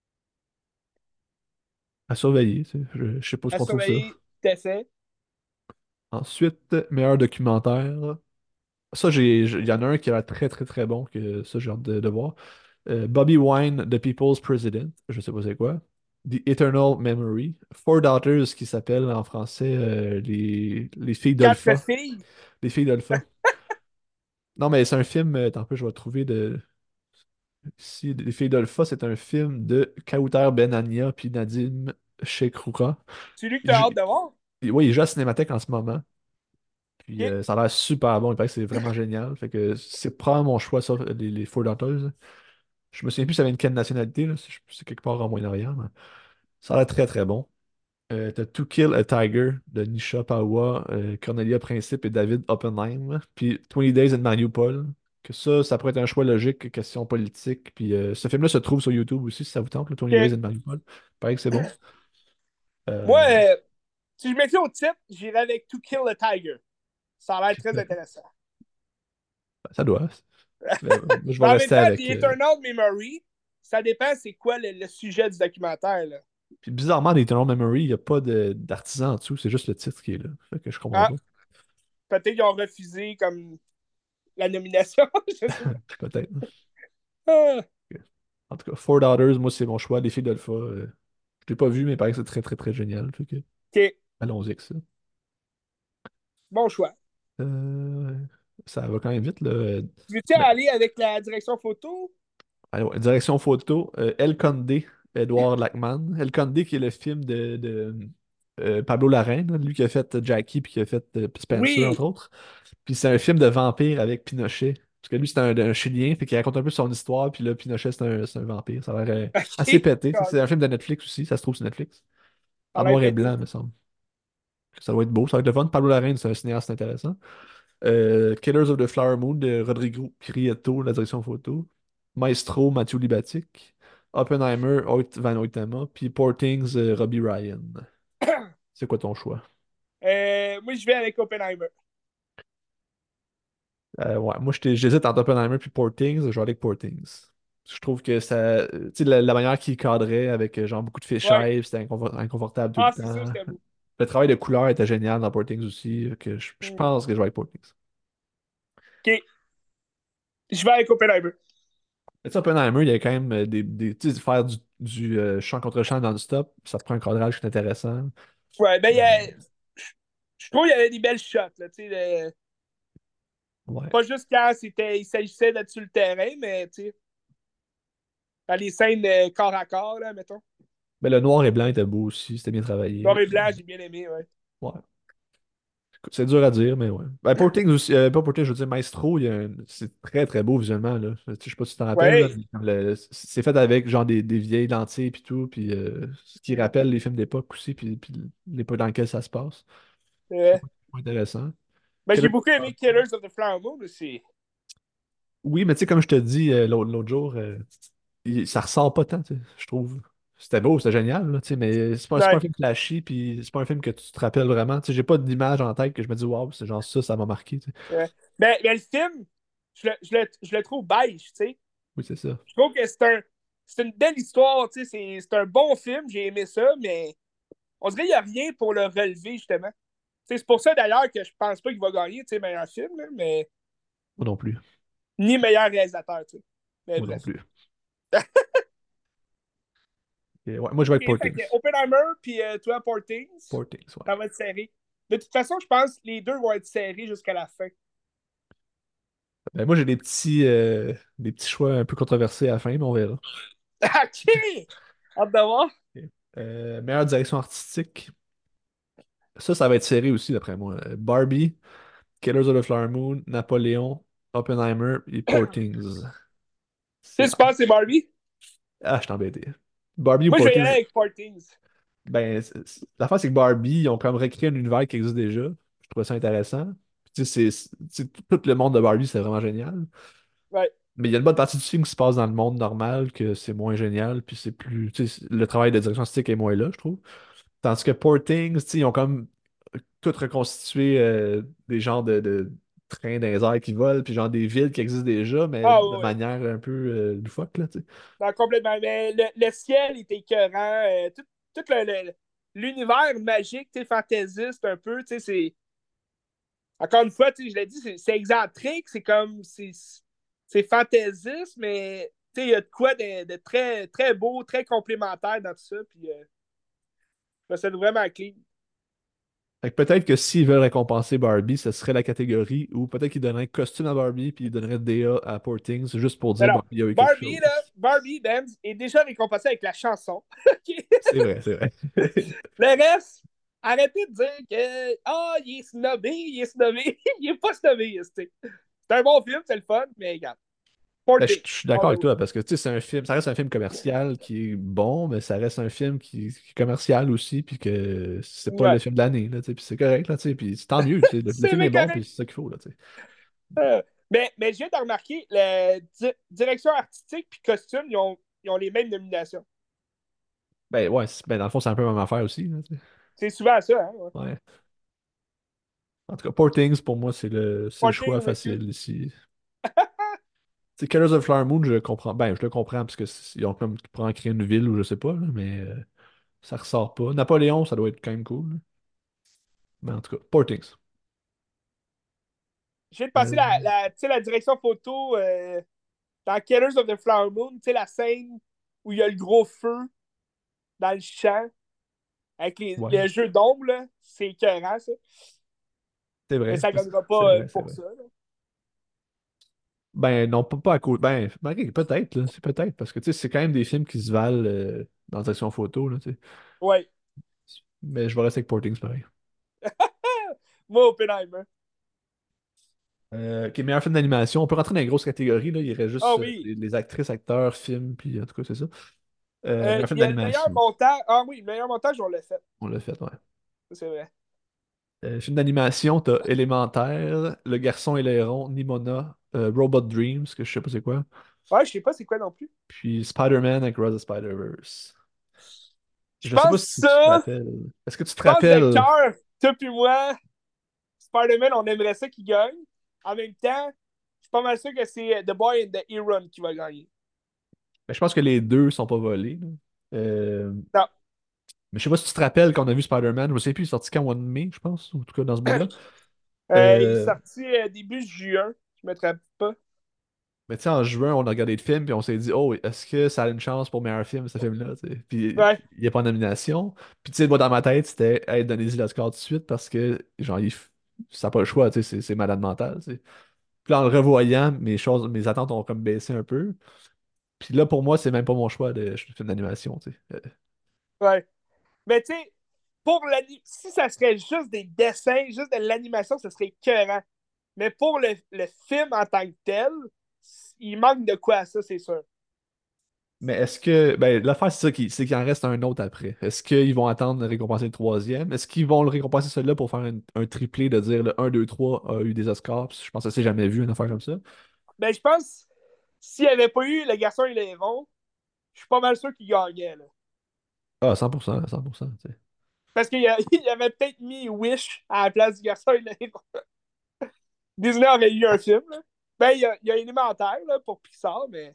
À surveiller, tu sais. Je, je sais pas ce à qu'on trouve ça. surveiller, t'essaies. Ensuite, meilleur documentaire. Ça, j'ai, j'ai- il y en a un qui a l'air très, très, très bon, que ça, j'ai hâte de, de voir. Euh, Bobby Wine, The People's President. Je sais pas c'est quoi. The Eternal Memory. Four Daughters, qui s'appelle en français euh, les, les filles Quatre d'Olpha. filles. Les filles d'Olpha. Non, mais c'est un film, euh, attends un peu, je vais le trouver de. Ici, Les filles d'Olpha, c'est un film de Kauter Benania puis Nadim Shekroura. C'est lui que Il t'as joue- hâte de voir. il- ouais, il joue à la Cinémathèque en ce moment. Puis Ok. euh, ça a l'air super bon. Il paraît que c'est vraiment génial. Fait que c'est probablement mon choix, ça, les, les Four Daughters. Je me souviens plus si ça vient de quelle nationalité, là. C'est c'est quelque part en Moyen-Orient, mais ça a l'air très très bon. Euh, t'as To Kill a Tiger de Nisha Pawa, euh, Cornelia Principe et David Oppenheim. Puis Twenty Days in Mariupol. Que ça, ça pourrait être un choix logique, question politique. Puis euh, ce film-là se trouve sur YouTube aussi, si ça vous tente, le Twenty Days Ok. in Mariupol. Pareil que c'est bon. Moi, Euh, euh, si je me fie au titre, j'irais avec To Kill a Tiger. Ça a l'air très intéressant. ça doit. Mais, euh, moi, je vais Mais en même rester temps, The avec. euh, Eternal Memory, ça dépend c'est quoi le, le sujet du documentaire. Là. Puis bizarrement, dans Eternal Memory, il n'y a pas de- d'artisan en dessous, c'est juste le titre qui est là. Fait que je comprends Ah, pas. peut-être qu'ils ont refusé comme la nomination. Je sais pas. Peut-être. Ah, En tout cas, Four Daughters, moi, c'est mon choix. Les filles d'Alpha, euh, je l'ai pas vu, mais il paraît que c'est très, très, très génial. Fait que, ok, allons-y avec ça. bon choix. Euh, ça va quand même vite, là. Euh, Tu veux-tu Mais, aller avec la direction photo? allez, ouais, direction photo, euh, El Conde, Edward Lachman. El Conde, qui est le film de, de, euh, Pablo Larraín, là, lui qui a fait Jackie puis qui a fait euh, Spencer, Oui. entre autres. Puis c'est un film de vampire avec Pinochet. Parce que lui, c'est un, un Chilien, fait qu'il raconte un peu son histoire, puis là, Pinochet, c'est un, c'est un vampire. Ça a l'air euh, assez Ok. pété. C'est un film de Netflix aussi, ça se trouve sur Netflix. Ça En va noir et pété. blanc, me semble. Ça doit être beau, ça va être le fun. Pablo Larraín, c'est un cinéaste intéressant. Euh, Killers of the Flower Moon de Rodrigo Prieto, la direction photo. Maestro, Mathieu Libatic. Oppenheimer, Hoyt Van Hoytema. Puis Poor Things, euh, Robbie Ryan. C'est quoi ton choix? Euh, moi, je vais avec Oppenheimer. Euh, ouais, moi, j'étais- j'hésite entre Oppenheimer puis Poor Things. Je vais aller avec Poor Things. Je trouve que ça. euh, Tu sais, la, la manière qu'il cadrait avec euh, genre beaucoup de Ouais. fisheye, c'était inconfort- inconfortable tout le Ah, c'est sûr, temps. c'était beau. Le travail de couleur était génial dans Poor Things aussi. Que je, je Hmm. pense que je vais avec Poor Things. OK. Je vais avec Oppenheimer. Mais tu sais, Oppenheimer, il y a quand même euh, des, des tu sais, faire du, du euh, champ contre champ non-stop, ça te prend un cadrage qui est intéressant. Ouais, ben, il y Euh, a- je trouve qu'il y avait des belles shots, là, tu sais, de- ouais. pas juste quand c'était, il s'agissait d'être sur le terrain, mais, tu sais, dans les scènes de corps à corps, là, mettons. Mais le noir et blanc était beau aussi, c'était bien travaillé. Noir et Puis, blanc, j'ai bien aimé, ouais. ouais. C'est dur à dire, mais ouais. Ben, Poor Things aussi, euh, pas Poor Things, je veux dire, Maestro, il y a un- c'est très très beau visuellement, là. Tu sais, je sais pas si tu t'en rappelles, là, Ouais. mais comme le- c'est fait avec genre des, des vieilles lentilles puis tout, puis euh, ce qui Hmm. rappelle les films d'époque aussi, puis, puis l'époque dans laquelle ça se passe. Je Euh, trouve ça intéressant. ben, Quel j'ai autre- beaucoup aimé Killers of the Flower Moon aussi. Oui, mais tu sais, comme je te dis euh, l'autre l'autre jour, euh, il- ça ressort pas tant, tu sais, je trouve. C'était beau, c'était génial, là, tu sais, mais c'est pas, c'est pas un Ouais. film flashy, puis c'est pas un film que tu te rappelles vraiment. Tu sais, j'ai pas d'image en tête que je me dis, waouh, c'est genre ça, ça m'a marqué, tu sais. Ouais. Ben, ben, le film, je le, je le, je le trouve beige, tu sais. Oui, c'est ça. Je trouve que c'est un, c'est une belle histoire, tu sais. C'est, c'est un bon film, j'ai aimé ça, mais on dirait qu'il n'y a rien pour le relever, justement. Tu sais, c'est pour ça, d'ailleurs, que je pense pas qu'il va gagner, tu sais, meilleur film, là, mais Moi non plus. ni meilleur réalisateur, tu sais. Mais Moi non bref. plus. Et ouais, moi, je vais OK, avec Poor fait que Things. Oppenheimer, puis euh, toi, Poor Things, Poor Things, ouais. ça va être serré. De toute façon, je pense que les deux vont être serrés jusqu'à la fin. Ben, moi, j'ai des petits, euh, des petits choix un peu controversés à la fin, mais on verra. OK! Hâte de voir. Ok. Euh, meilleure direction artistique. Ça, ça va être serré aussi, d'après moi. Euh, Barbie, Killers of the Flower Moon, Napoléon, Oppenheimer et Poor Things. Tu C'est... sais, tu penses que c'est Barbie? Ah, je suis embêté. Barbie ou Moi, je Poor vais y aller Things? avec Poor Things. Ben, c'est- c'est- l'affaire, c'est que Barbie, ils ont comme recréé un univers qui existe déjà. Je trouve ça intéressant. Puis, tu sais, c'est, c'est- tout le monde de Barbie, c'est vraiment génial. Ouais. Mais il y a une bonne partie du film qui se passe dans le monde normal, que c'est moins génial, puis c'est plus. Tu sais, le travail de direction artistique est moins là, je trouve. Tandis que Poor Things, tu sais, ils ont comme tout reconstitué euh, des genres de, de trains dans les airs qui volent, puis genre des villes qui existent déjà, mais Ah de ouais. manière un peu euh, loufoque, là, tu sais. Non, complètement. Mais le, le ciel était écœurant. euh, tout tout le- le- l'univers magique, tu sais, fantaisiste un peu, tu sais, c'est. Encore une fois, tu sais, je l'ai dit, c'est c'est excentrique, c'est comme. C'est c'est fantaisiste, mais tu sais, il y a de quoi de, de très, très beau, très complémentaire dans tout ça. Puis euh, je trouve ça vraiment clean. Fait que peut-être que s'ils veulent récompenser Barbie, ce serait la catégorie où peut-être qu'ils donneraient costume à Barbie, puis ils donneraient D A à Poor Things, juste pour dire, bon, Alors, il y a eu quelque Barbie, là, chose. Barbie, Ben, est déjà récompensé avec la chanson. OK? C'est vrai, c'est vrai. Le reste, arrêtez de dire que ah, oh, il est snobé, il est snobé. Il est pas snobé, c'est c'est un bon film, c'est le fun, mais regarde. Poor Ben, je, Things, je suis all d'accord the avec way. toi parce que tu sais, c'est un film, ça reste un film commercial qui est bon, mais ça reste un film qui, qui est commercial aussi, puis que c'est pas le Ouais. film de l'année, là, tu sais, puis c'est correct, là, tu sais, puis c'est tant mieux, tu sais, le, le C'est film est bien bon, puis correct. c'est ça qu'il faut, là, tu sais. Euh, mais, mais je viens de remarquer, la di- direction artistique puis costume, ils ont, ils ont les mêmes nominations. Ben ouais, c'est- ben, dans le fond, c'est un peu la même affaire aussi, là, tu sais. C'est souvent ça, hein? Ouais. Ouais. En tout cas, Poor Things, pour moi, c'est le, c'est le Poor choix Things, monsieur. facile ici. Tu sais, Colors of Flower Moon, je comprends, ben, je le comprends, parce que c'est- ils ont comme pour en créer une ville ou je sais pas, là, mais euh, ça ressort pas. Napoléon, ça doit être quand même cool, là. Mais en tout cas, Poor Things. Je viens de passer Euh, la, la, tu sais, la direction photo euh, dans Killers of the Flower Moon, tu sais, la scène où il y a le gros feu dans le champ avec les, ouais, les jeux d'ombre, là. C'est écœurant, ça. c'est Mais vrai, ça ne gagnera c'est pas euh, vrai, c'est pour vrai. ça. Là. Ben non, pas, pas à cause. Ben, ben, ok, peut-être, là, c'est peut-être, parce que tu sais, c'est quand même des films qui se valent euh, dans la section photo, là, tu sais. Ouais. Mais je vais rester avec Poor Things pareil. Moi, Oppenheimer. Euh, ok, meilleur film d'animation. On peut rentrer dans les grosses catégories, là. Il y aurait Ah juste euh, oui. les, les actrices, acteurs, films, puis en tout cas, c'est ça. Euh, Euh, meilleur film Il y a le meilleur d'animation. montage. Ah oui, le meilleur montage, on l'a fait. On l'a fait, ouais. Ça, c'est vrai. Euh, film d'animation, t'as Élémentaire, Le Garçon et l'Héron, Nimona, euh, Robot Dreams, que je sais pas c'est quoi, Ouais, je sais pas c'est quoi non plus. puis Spider-Man Across the Spider-Verse. Je Je sais pas pense si tu te ça, rappelles. Est-ce que tu te je pense de rappelles? cœur, toi puis moi, Spider-Man, on aimerait ça qu'il gagne. En même temps, je suis pas mal sûr que c'est The Boy and the Heron qui va gagner. Ben, je pense que les deux sont pas volés, là. Euh, Non. mais je sais pas si tu te rappelles quand on a vu Spider-Man, je sais plus, il est sorti quand, au mois de mai, je pense, ou en tout cas dans ce bout-là. Euh, il est Euh, sorti euh, début juin, je me trompe pas. mais tu sais, en juin, on a regardé le film, puis on s'est dit, oh, est-ce que ça a une chance pour meilleur film, ce film-là, tu sais? Puis Ouais, il n'y a pas de nomination. Puis tu sais, moi, dans ma tête, c'était, hey, donnez-y l'Oscar tout de suite parce que, genre, il f- ça n'a pas le choix, tu sais, c'est c'est malade mental, tu sais. Puis là, en le revoyant, mes choses, mes attentes ont comme baissé un peu. Puis là, pour moi, c'est même pas mon choix de film d'animation, tu sais. Euh, ouais. Mais tu sais, pour l'ani- si ça serait juste des dessins, juste de l'animation, ça serait écœurant. Mais pour le, le film en tant que tel, il manque de quoi à ça, c'est sûr. Mais est-ce que. Ben, l'affaire, c'est ça, qui- c'est qu'il en reste un autre après. Est-ce qu'ils vont attendre de récompenser le troisième? Est-ce qu'ils vont le récompenser celui-là pour faire un, un triplé de dire le un, deux, trois a eu des Oscars? Puis je pense que c'est jamais vu une affaire comme ça. Mais je pense, s'il n'y avait pas eu Le Garçon et l'Héron, je suis pas mal sûr qu'il gagnait. Là. Ah, cent pour cent, cent pour cent, tu sais. Parce qu'il a- il avait peut-être mis Wish à la place du Garçon et l'Héron. Disney avait eu un film. Là. Ben, il y a, il y a Élémentaire là, pour Pixar, mais.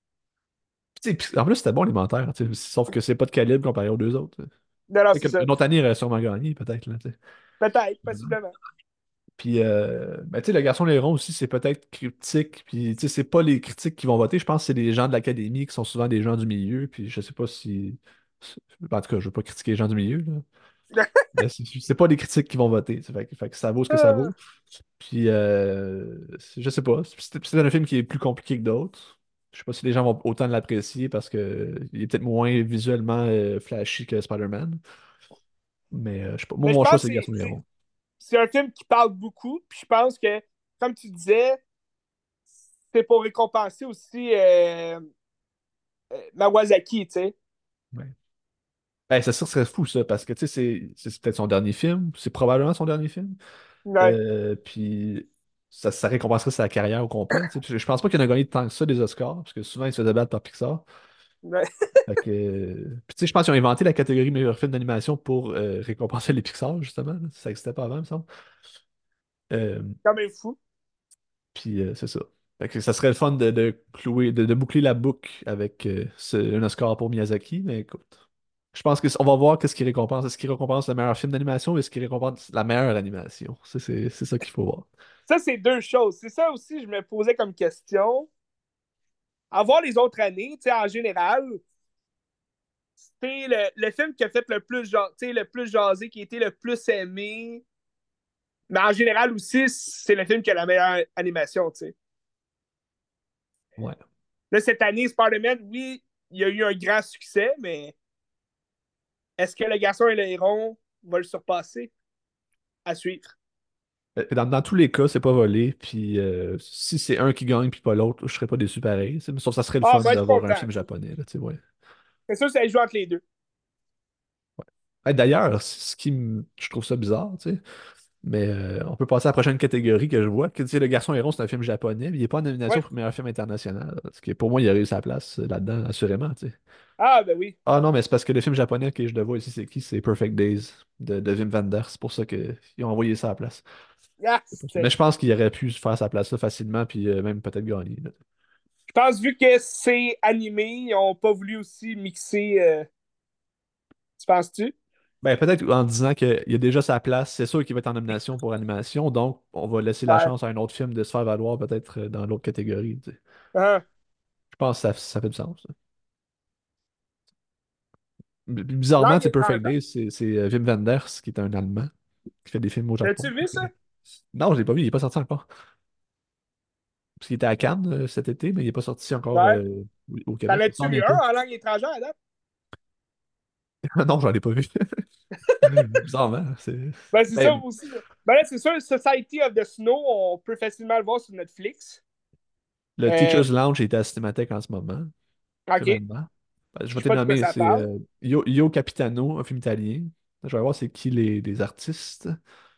Puis, tu sais, puis en plus, c'était bon, l'élémentaire, tu sais, sauf que c'est pas de calibre comparé aux deux autres. Non, non, c'est Peut-être ça. qu'une autre année, il aurait sûrement gagné, peut-être, là, tu sais. Peut-être, possiblement. Puis, euh, ben, tu sais, le garçon Léron aussi, c'est peut-être critique. Puis, tu sais, c'est pas les critiques qui vont voter. Je pense que c'est des gens de l'académie qui sont souvent des gens du milieu. Puis, je sais pas si. En tout cas, je veux pas critiquer les gens du milieu, là. Mais c'est c'est pas des critiques qui vont voter. Tu sais. Fait, que fait que ça vaut ce que ça vaut. Puis, euh, c'est- je sais pas. C'est c'est un film qui est plus compliqué que d'autres. Je sais pas si les gens vont autant l'apprécier parce que il est peut-être moins visuellement euh, flashy que Spider-Man. Mais euh, je sais pas. Moi, Mais je mon choix, pense c'est que le c'est garçon c'est- Léron. c'est un film qui parle beaucoup. Puis je pense que, comme tu disais, c'est pour récompenser aussi euh, euh, Mawazaki, tu sais. Ouais. Ben, ça serait fou, ça, parce que, tu sais, c'est c'est peut-être son dernier film. C'est probablement son dernier film. Ouais, Euh, puis, ça, ça récompenserait sa carrière au complet. Tu sais. Puis je pense pas qu'il en a gagné tant que ça des Oscars, parce que souvent, il se faisait battre par Pixar. ouais. Fait que, euh, puis, tu sais, je pense qu'ils ont inventé la catégorie meilleur film d'animation pour euh, récompenser les Pixar, justement, là. Ça n'existait pas avant, il me semble. Euh, Quand même fou. puis, euh, c'est ça. Fait que ça serait le fun de, de clouer, de, de boucler la boucle avec euh, ce- un Oscar pour Miyazaki, mais écoute. Je pense qu'on va voir qu'est-ce qui récompense. Est-ce qu'il récompense le meilleur film d'animation ou est-ce qu'il récompense la meilleure animation? Ça, c'est c'est ça qu'il faut voir. Ça, c'est deux choses. C'est ça aussi, je me posais comme question. À voir les autres années, tu sais, en général, c'est le, le film qui a fait le plus, ja- tu sais, le plus jasé, qui a été le plus aimé. Mais en général aussi, c'est le film qui a la meilleure animation, tu sais. Ouais. Là, cette année, Spider-Man, oui, il y a eu un grand succès, mais est-ce que le garçon et le héron vont le surpasser? À suivre. Euh, Dans, dans tous les cas, c'est pas volé. Puis euh, si c'est un qui gagne puis pas l'autre, je serais pas déçu pareil. C'est- Sauf que ça serait le Ah, on fun va être d'avoir un content. film japonais, là, tu sais, ouais. C'est sûr, ça joue entre les deux. Hey, d'ailleurs, ce qui me- je trouve ça bizarre, tu sais. Mais euh, on peut passer à la prochaine catégorie que je vois. Que, tu sais, Le Garçon Héron, c'est un film japonais, mais il n'est pas en nomination Ouais. pour meilleur film international. Parce que pour moi, il aurait eu sa place euh, là-dedans, assurément, tu sais. Ah, ben oui. Ah non, mais c'est parce que le film japonais que je le vois ici, c'est qui? C'est Perfect Days de, de Wim Wenders. C'est pour ça qu'ils ont envoyé ça à la place. Ah, C'est pour ça. Mais c'était- je pense qu'il aurait pu faire sa place là facilement, puis euh, même peut-être gagner, là. Je pense, vu que c'est animé, ils n'ont pas voulu aussi mixer. Euh, tu penses-tu? Ben, peut-être en disant qu'il y a déjà sa place, c'est sûr qu'il va être en nomination pour animation, donc on va laisser la Ouais. chance à un autre film de se faire valoir peut-être euh, dans l'autre catégorie, tu sais. Ah. Je pense que ça, ça fait du sens, ça. B- Langue Bizarrement, c'est Perfect étrangère. Days, c'est c'est, euh, Wim Wenders, qui est un Allemand, qui fait des films au Japon. L'as-tu vu, ça? Non, je l'ai pas vu, il n'est pas sorti encore. Parce qu'il était à Cannes euh, cet été, mais il n'est pas sorti encore Ouais. euh, au T'en Québec. Il as-tu sort vu un bientôt. en langue étrangère, à date? Non, j'en ai pas vu. Bizarrement. C'est... Ben, c'est ça Ben, aussi. Là. Ben là, c'est sûr, Society of the Snow, on peut facilement le voir sur Netflix. le Euh, Teacher's Lounge est à la Cinémathèque en ce moment, OK. présentement. Ben, je Je vais sais te pas de quoi nommer, ça c'est parle. euh, Io, Io Capitano, un film italien. Je vais voir c'est qui les, les artistes.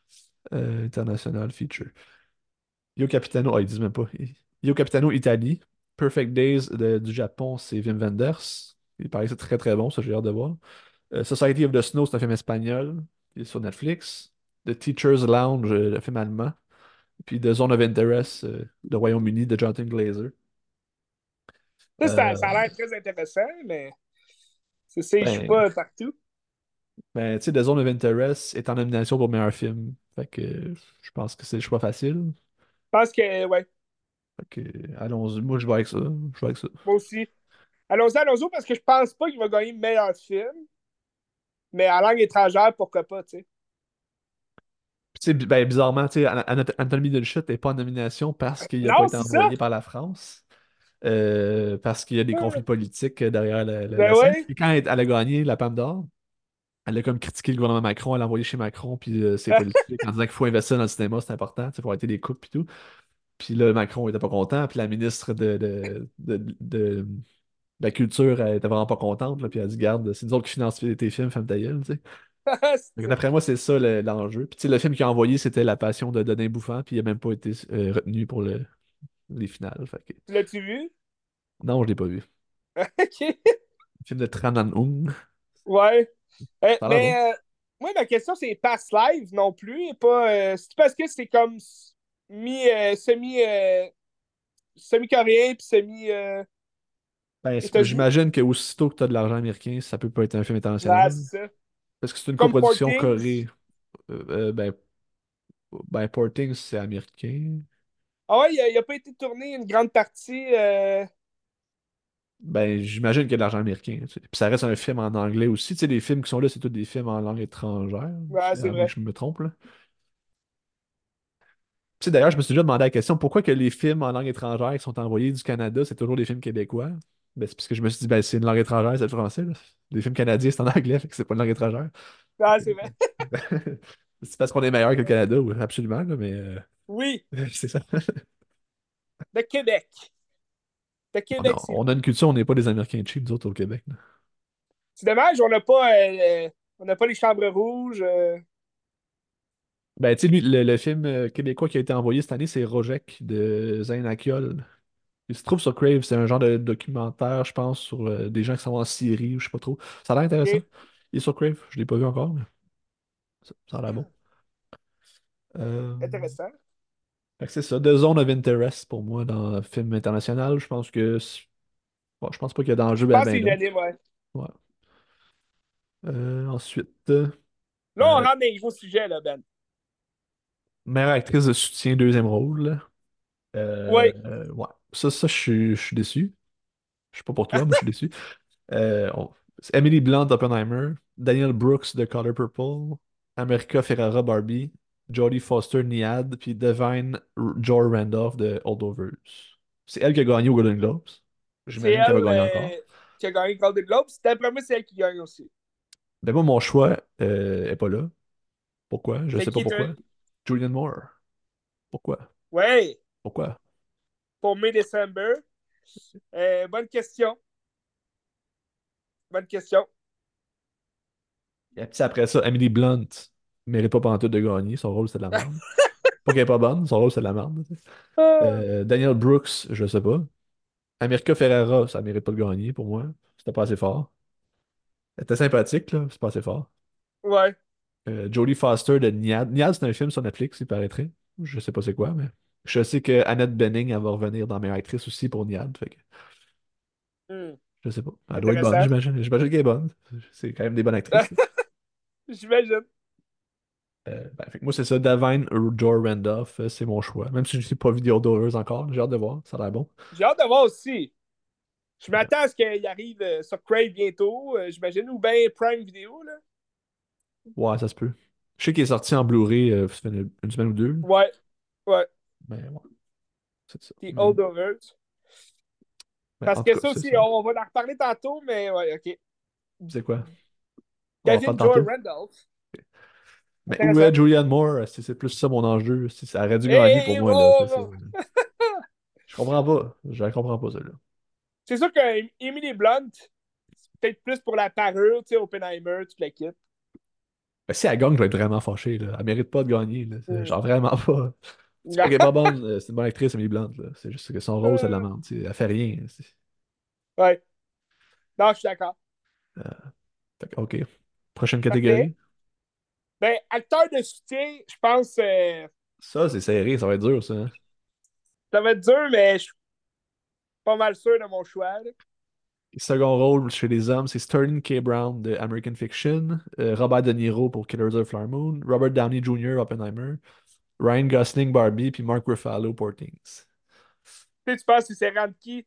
Euh, international feature. Io Capitano, ah, ils disent même pas. Io Capitano Italie. Perfect Days de- du Japon, c'est Wim Wenders. Il paraît que c'est très très bon, ça j'ai hâte de voir. Euh, Society of the Snow, c'est un film espagnol. Il est sur Netflix. The Teacher's Lounge, euh, le film allemand. Puis The Zone of Interest, euh, de Royaume-Uni, de Jonathan Glazer. Ça, ça, Euh, ça a l'air très intéressant, mais c'est ça, je suis ben, pas partout. ben, tu sais, The Zone of Interest est en nomination pour meilleur film. Fait que euh, je pense que c'est le choix facile. Je pense que, ouais, Fait que, euh, allons-y. Moi, je vais avec ça. Je vais avec ça. moi aussi. Allons-y, allons-y, parce que je pense pas qu'il va gagner meilleur film, mais en langue étrangère, pourquoi pas, tu sais. Puis, tu sais, bi- ben, bizarrement, tu sais, Ana- Ana- Anatomy of the Chute n'est pas en nomination parce qu'il n'a pas Non, été c'est ça! envoyé par la France. Euh, parce qu'il y a des conflits politiques derrière la, la- Ben la scène. ouais. Puis quand elle, elle a gagné la Palme d'Or, elle a comme critiqué le gouvernement Macron, elle a envoyé chez Macron, puis euh, ses politiques, en disant qu'il faut investir dans le cinéma, c'est important, il faut arrêter les coupes, puis tout. Puis là, Macron était pas content, puis la ministre de, de, de, de- de la Culture, elle était vraiment pas contente, là, puis elle a dit, garde, c'est nous autres qui finançons tes films, femme ta gueule, tu sais. Donc, d'après moi, c'est ça le- l'enjeu. Puis tu sais, le film qu'il a envoyé, c'était La Passion de Denis Bouffant, puis il a même pas été euh, retenu pour le, les finales. Fait que- L'as-tu vu? Non, je l'ai pas vu. OK. Film de Tran Anh Un. Ouais. Euh, Ça a l'air bon. mais euh, moi, ma question, c'est Pass Live non plus. Et pas, euh, c'est parce que c'est comme mi, euh, semi, euh, semi-coréen puis semi-états-unis. Ben, c'est- j'imagine qu'aussitôt que tu as de l'argent américain, ça peut pas être un film Ouais, international. c'est ça. Parce que c'est une Comme coproduction Portings. Corée. Euh, euh, ben, ben, Porting, c'est américain. Ah ouais, il n'a pas été tourné une grande partie. euh, Ben, j'imagine qu'il y a de l'argent américain. Tu sais. Puis ça reste un film en anglais aussi. Tu sais, les films qui sont là, c'est tous des films en langue étrangère. Ouais, c'est À moins que vrai. je me trompe, là. Tu sais, d'ailleurs, je me suis déjà demandé la question, pourquoi que les films en langue étrangère qui sont envoyés du Canada, c'est toujours des films québécois? Ben, c'est parce que je me suis dit, ben, c'est une langue étrangère, c'est le français, là. Les films canadiens, c'est en anglais, fait que c'est pas une langue étrangère. Ouais, c'est vrai. C'est parce qu'on est meilleur que le Canada, oui, absolument, là, mais euh, Oui, c'est ça. de Québec. De On a, Québec, c'est on a tout. une culture, on n'est pas des Américains cheap, nous autres, au Québec, là. C'est dommage, on n'a pas, euh, euh, on n'a pas les chambres rouges. euh. Ben, tu sais, lui, le, le film euh, québécois qui a été envoyé cette année, c'est Rojek de Zayn Akyol. Il se trouve sur Crave, c'est un genre de documentaire, je pense, sur euh, des gens qui sont en Syrie ou je sais pas trop. Ça a l'air intéressant. OK. Il est sur Crave, je l'ai pas vu encore, mais ça, ça a l'air bon. Euh, Intéressant. fait que c'est ça, The Zone of Interest pour moi dans le film international. Je pense que c'est- bon, je pense pas qu'il y a d'enjeu Je ben pense que c'est ben là. unanime, ouais. Ouais. Euh, ensuite, euh, Là, on rentre dans les gros sujets, là, Ben. meilleure actrice de soutien, deuxième rôle. Là. Oui. Euh, euh, ouais. Ça, ça, je suis je suis déçu. Je sais pas pour toi, mais je suis déçu. Euh, on- c'est Emily Blunt d'Oppenheimer, Daniel Brooks de Color Purple, America Ferrara Barbie, Jodie Foster Niad, puis Devine R- Joy Randolph de Holdovers. C'est elle qui a gagné au Golden Globes. C'est J'imagine qu'elle va elle gagner encore. euh, qui a gagné le Golden Globe. D'après moi, c'est elle qui gagne aussi. Ben moi, mon choix euh, est pas là. Pourquoi? Je C'est sais pas qui, toi? pourquoi. Julianne Moore. Pourquoi? Oui, Pourquoi? pour mai-décembre. Euh, bonne question. Bonne question. Et puis après ça, Emily Blunt mérite pas pantoute de gagner. Son rôle, c'est de la merde. Pas qu'elle est pas bonne, son rôle, c'est de la merde. Tu sais. Ah, Euh, Daniel Brooks, je sais pas. America Ferrera, ça mérite pas de gagner pour moi. C'était pas assez fort. Elle était sympathique, là, c'est pas assez fort. ouais. Euh, Jodie Foster de Niad. Niad, c'est un film sur Netflix, il paraîtrait. Je sais pas c'est quoi, mais. Je sais que Annette Bening, elle va revenir dans meilleure actrice aussi pour Niad. Fait que Hmm. je sais pas. Elle doit être bonne, Intéressant. j'imagine. J'imagine qu'elle est bonne. C'est quand même des bonnes actrices. J'imagine. Euh, ben, fait que moi, c'est ça. Davine Joy Randolph, euh, c'est mon choix. Même si je ne suis pas vidéo d'heureuse encore, j'ai hâte de voir. Ça a l'air bon. J'ai hâte de voir aussi. Je Euh, m'attends à ce qu'il arrive euh, sur Crave bientôt, euh, j'imagine, ou bien Prime Video, là. ouais, ça se peut. Je sais qu'il est sorti en Blu-ray, euh, ça fait une, une semaine ou deux. Ouais, ouais. Mais ouais, c'est ça. The Mais, Holdovers. mais Parce en tout que cas, ça c'est aussi, ça. on va en reparler tantôt, mais ouais, OK. C'est quoi? On en parle David Joy tantôt. Randolph. Mais où Intéressant. est Julianne Moore? C'est c'est plus ça mon enjeu. Si ça aurait dû gagner pour Et moi, là. C'est ça. oh, Je comprends pas. Je la comprends pas, celle-là. c'est sûr que Emily Blunt, c'est peut-être plus pour la parure, tu sais, Oppenheimer, toute l'équipe. Ben, si elle gagne, je vais être vraiment fâché, là. Elle mérite pas de gagner, là. C'est- Hmm. Genre vraiment pas. C'est pas qu'elle est pas bonne, euh, c'est une bonne actrice, Emily Blunt, là. C'est juste que son rôle, c'est de la Euh, merde. Elle fait rien. C'est- ouais. Non, je suis d'accord. euh, fait que, OK. Prochaine Parfait. catégorie. Ben, acteur de soutien, je pense euh, Ça, c'est serré, ça va être dur, ça, hein. ça va être dur, mais je suis pas mal sûr de mon choix, là. Second rôle chez les hommes, c'est Sterling K. Brown de American Fiction, euh, Robert De Niro pour Killers of the Flower Moon, Robert Downey junior Oppenheimer, Ryan Gosling Barbie, puis Mark Ruffalo pour Things. Tu sais, tu penses que c'est rendu qui?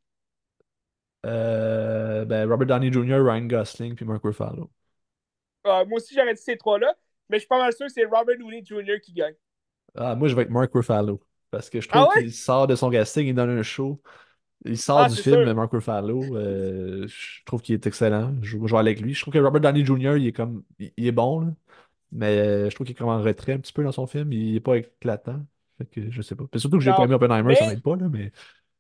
Euh, ben, Robert Downey junior, Ryan Gosling, puis Mark Ruffalo. Ah, moi aussi, j'aurais dit ces trois-là, mais je suis pas mal sûr que c'est Robert Downey junior qui gagne. Ah, moi, je vais avec Mark Ruffalo. Parce que je Ah trouve ouais? qu'il sort de son casting, il donne un show. Il sort Ah, du c'est film, sûr. Mark Ruffalo. Euh, je trouve qu'il est excellent. Je, je vais aller avec lui. Je trouve que Robert Downey junior, il est comme. Il, il est bon, là. Mais euh, je trouve qu'il est comme en retrait un petit peu dans son film. Il est pas éclatant. Fait que je sais pas. Puis surtout que j'ai pas Non. aimé Oppenheimer, ça Mais, m'aide pas, là. Mais.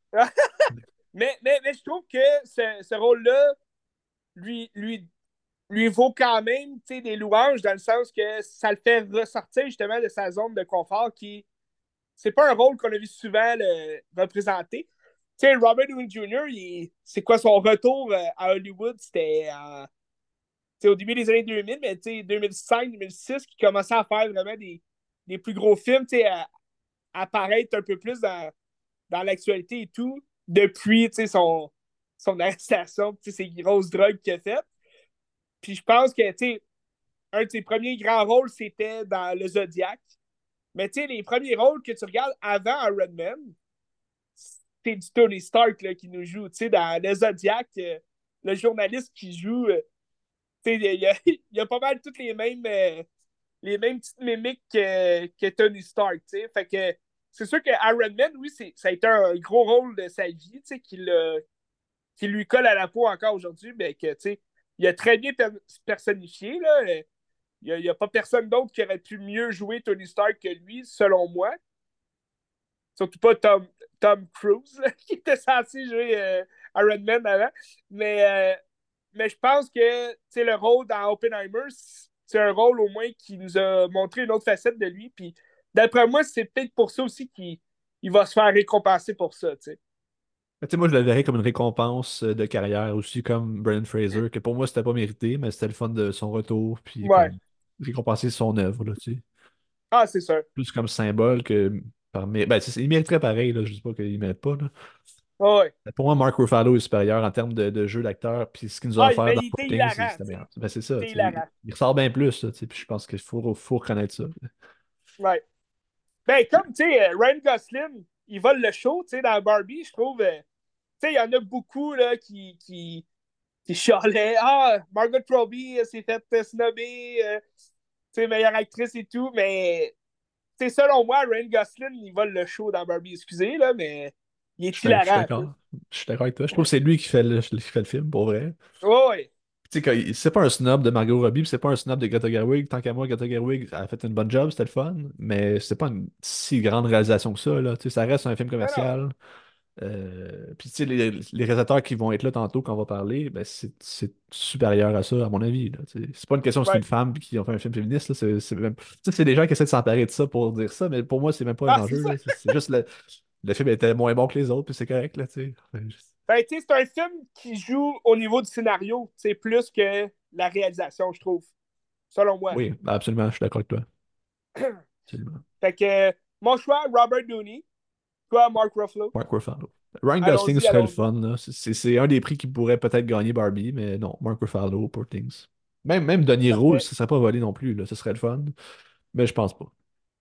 mais, mais, mais je trouve que ce, ce rôle-là lui, lui, lui vaut quand même tu sais, des louanges dans le sens que ça le fait ressortir justement de sa zone de confort qui c'est pas un rôle qu'on a vu souvent le, représenter. Tu sais, Robert Downey junior, il- c'est quoi son retour euh, à Hollywood? C'était euh, tu sais, au début des années deux mille, mais tu sais, deux mille cinq, deux mille six, qui commençait à faire vraiment des, des plus gros films, tu sais, à, à apparaître un peu plus dans, dans l'actualité et tout, depuis tu sais, son, son arrestation, tu sais, ces grosses drogues qu'il a faites. Puis je pense que, tu sais, un de ses premiers grands rôles, c'était dans Le Zodiac. Mais tu sais, les premiers rôles que tu regardes avant Iron Man, c'est du Tony Stark là, qui nous joue. Tu sais, dans Le Zodiac, euh, le journaliste qui joue, euh, tu sais, il y, a, il y a pas mal toutes les mêmes, euh, les mêmes petites mimiques que, que Tony Stark. Tu sais. Fait que c'est sûr que Iron Man, oui, c'est, ça a été un gros rôle de sa vie, tu sais, qui, qui lui colle à la peau encore aujourd'hui, mais que, tu sais, il a très bien per- personnifié, là. Il n'y a, a, pas personne d'autre qui aurait pu mieux jouer Tony Stark que lui, selon moi. Surtout pas Tom, Tom Cruise, là, qui était censé jouer euh, Iron Man avant. Mais, euh, mais je pense que le rôle dans Oppenheimer, c'est un rôle au moins qui nous a montré une autre facette de lui. Puis d'après moi, c'est peut-être pour ça aussi qu'il il va se faire récompenser pour ça. T'sais. Mais tu sais, moi, je le verrais comme une récompense euh, de carrière aussi, comme Brendan Fraser, que pour moi, c'était pas mérité, mais c'était le fun de son retour, puis Ouais. comme récompenser son œuvre, là, tu sais. Ah, c'est sûr. Plus comme symbole que par mé- ben, tu sais, il mériterait pareil, là, je dis pas qu'il mérite pas, là. Ah, ouais. Mais pour moi, Mark Ruffalo est supérieur en termes de, de jeu d'acteur, puis ce qu'il nous a Ah, offert ben, dans il était Poor Things, c'est- hilarant. c'était T'sais. meilleur. Ben, c'est Il ça, était tu sais, il, hilarant. il ressort bien plus, là, tu sais, puis je pense qu'il faut, faut reconnaître ça. Ouais. Ben, comme, tu sais, euh, Ryan Gosling, il vole le show, tu sais, dans Barbie, je trouve. euh, tu sais, il y en a beaucoup, là, qui, qui, qui chialaient. Ah, Margot Robbie euh, s'est fait euh, snobber, euh, tu sais, meilleure actrice et tout, mais, tu sais, selon moi, Ryan Gosling, il vole le show dans Barbie, excusez, là, mais il Je est suis d'ac- je suis hilarant, tu sais. d'accord. Je suis d'accord avec toi. Je trouve que c'est lui qui fait le, qui fait le film, pour vrai. Oh, ouais. Tu sais, quand il- c'est pas un snob de Margot Robbie, puis c'est pas un snob de Greta Gerwig. Tant qu'à moi, Greta Gerwig a fait une bonne job, c'était le fun, mais c'est pas une si grande réalisation que ça, là. Tu sais, ça reste un film Non, non. commercial. Euh, puis tu sais, les, les réalisateurs qui vont être là tantôt quand on va parler, ben c'est c'est supérieur à ça, à mon avis, là. Tu sais, c'est pas une question que c'est une Ouais. femme qui ont fait un film féministe, là. C'est c'est même... tu sais, c'est des gens qui essaient de s'emparer de ça pour dire ça, mais pour moi, c'est même pas un Ah, c'est enjeu, ça. là. C'est c'est juste le, le film était moins bon que les autres, puis c'est correct, là, tu sais. Enfin, juste- Ben, tu sais, c'est un film qui joue au niveau du scénario, tu sais, plus que la réalisation, je trouve, selon moi. Oui, absolument, je suis d'accord avec toi. Absolument. Fait que, mon choix, Robert Downey. Toi, Mark Ruffalo. Mark Ruffalo. Ryan Gosling Allons-y, serait le allons-y. fun, là. C'est c'est- c'est un des prix qui pourrait peut-être gagner Barbie, mais non, Mark Ruffalo pour Things. Même, même De Niro, Parfait. ce serait pas volé non plus, là. Ce serait le fun, mais je pense pas.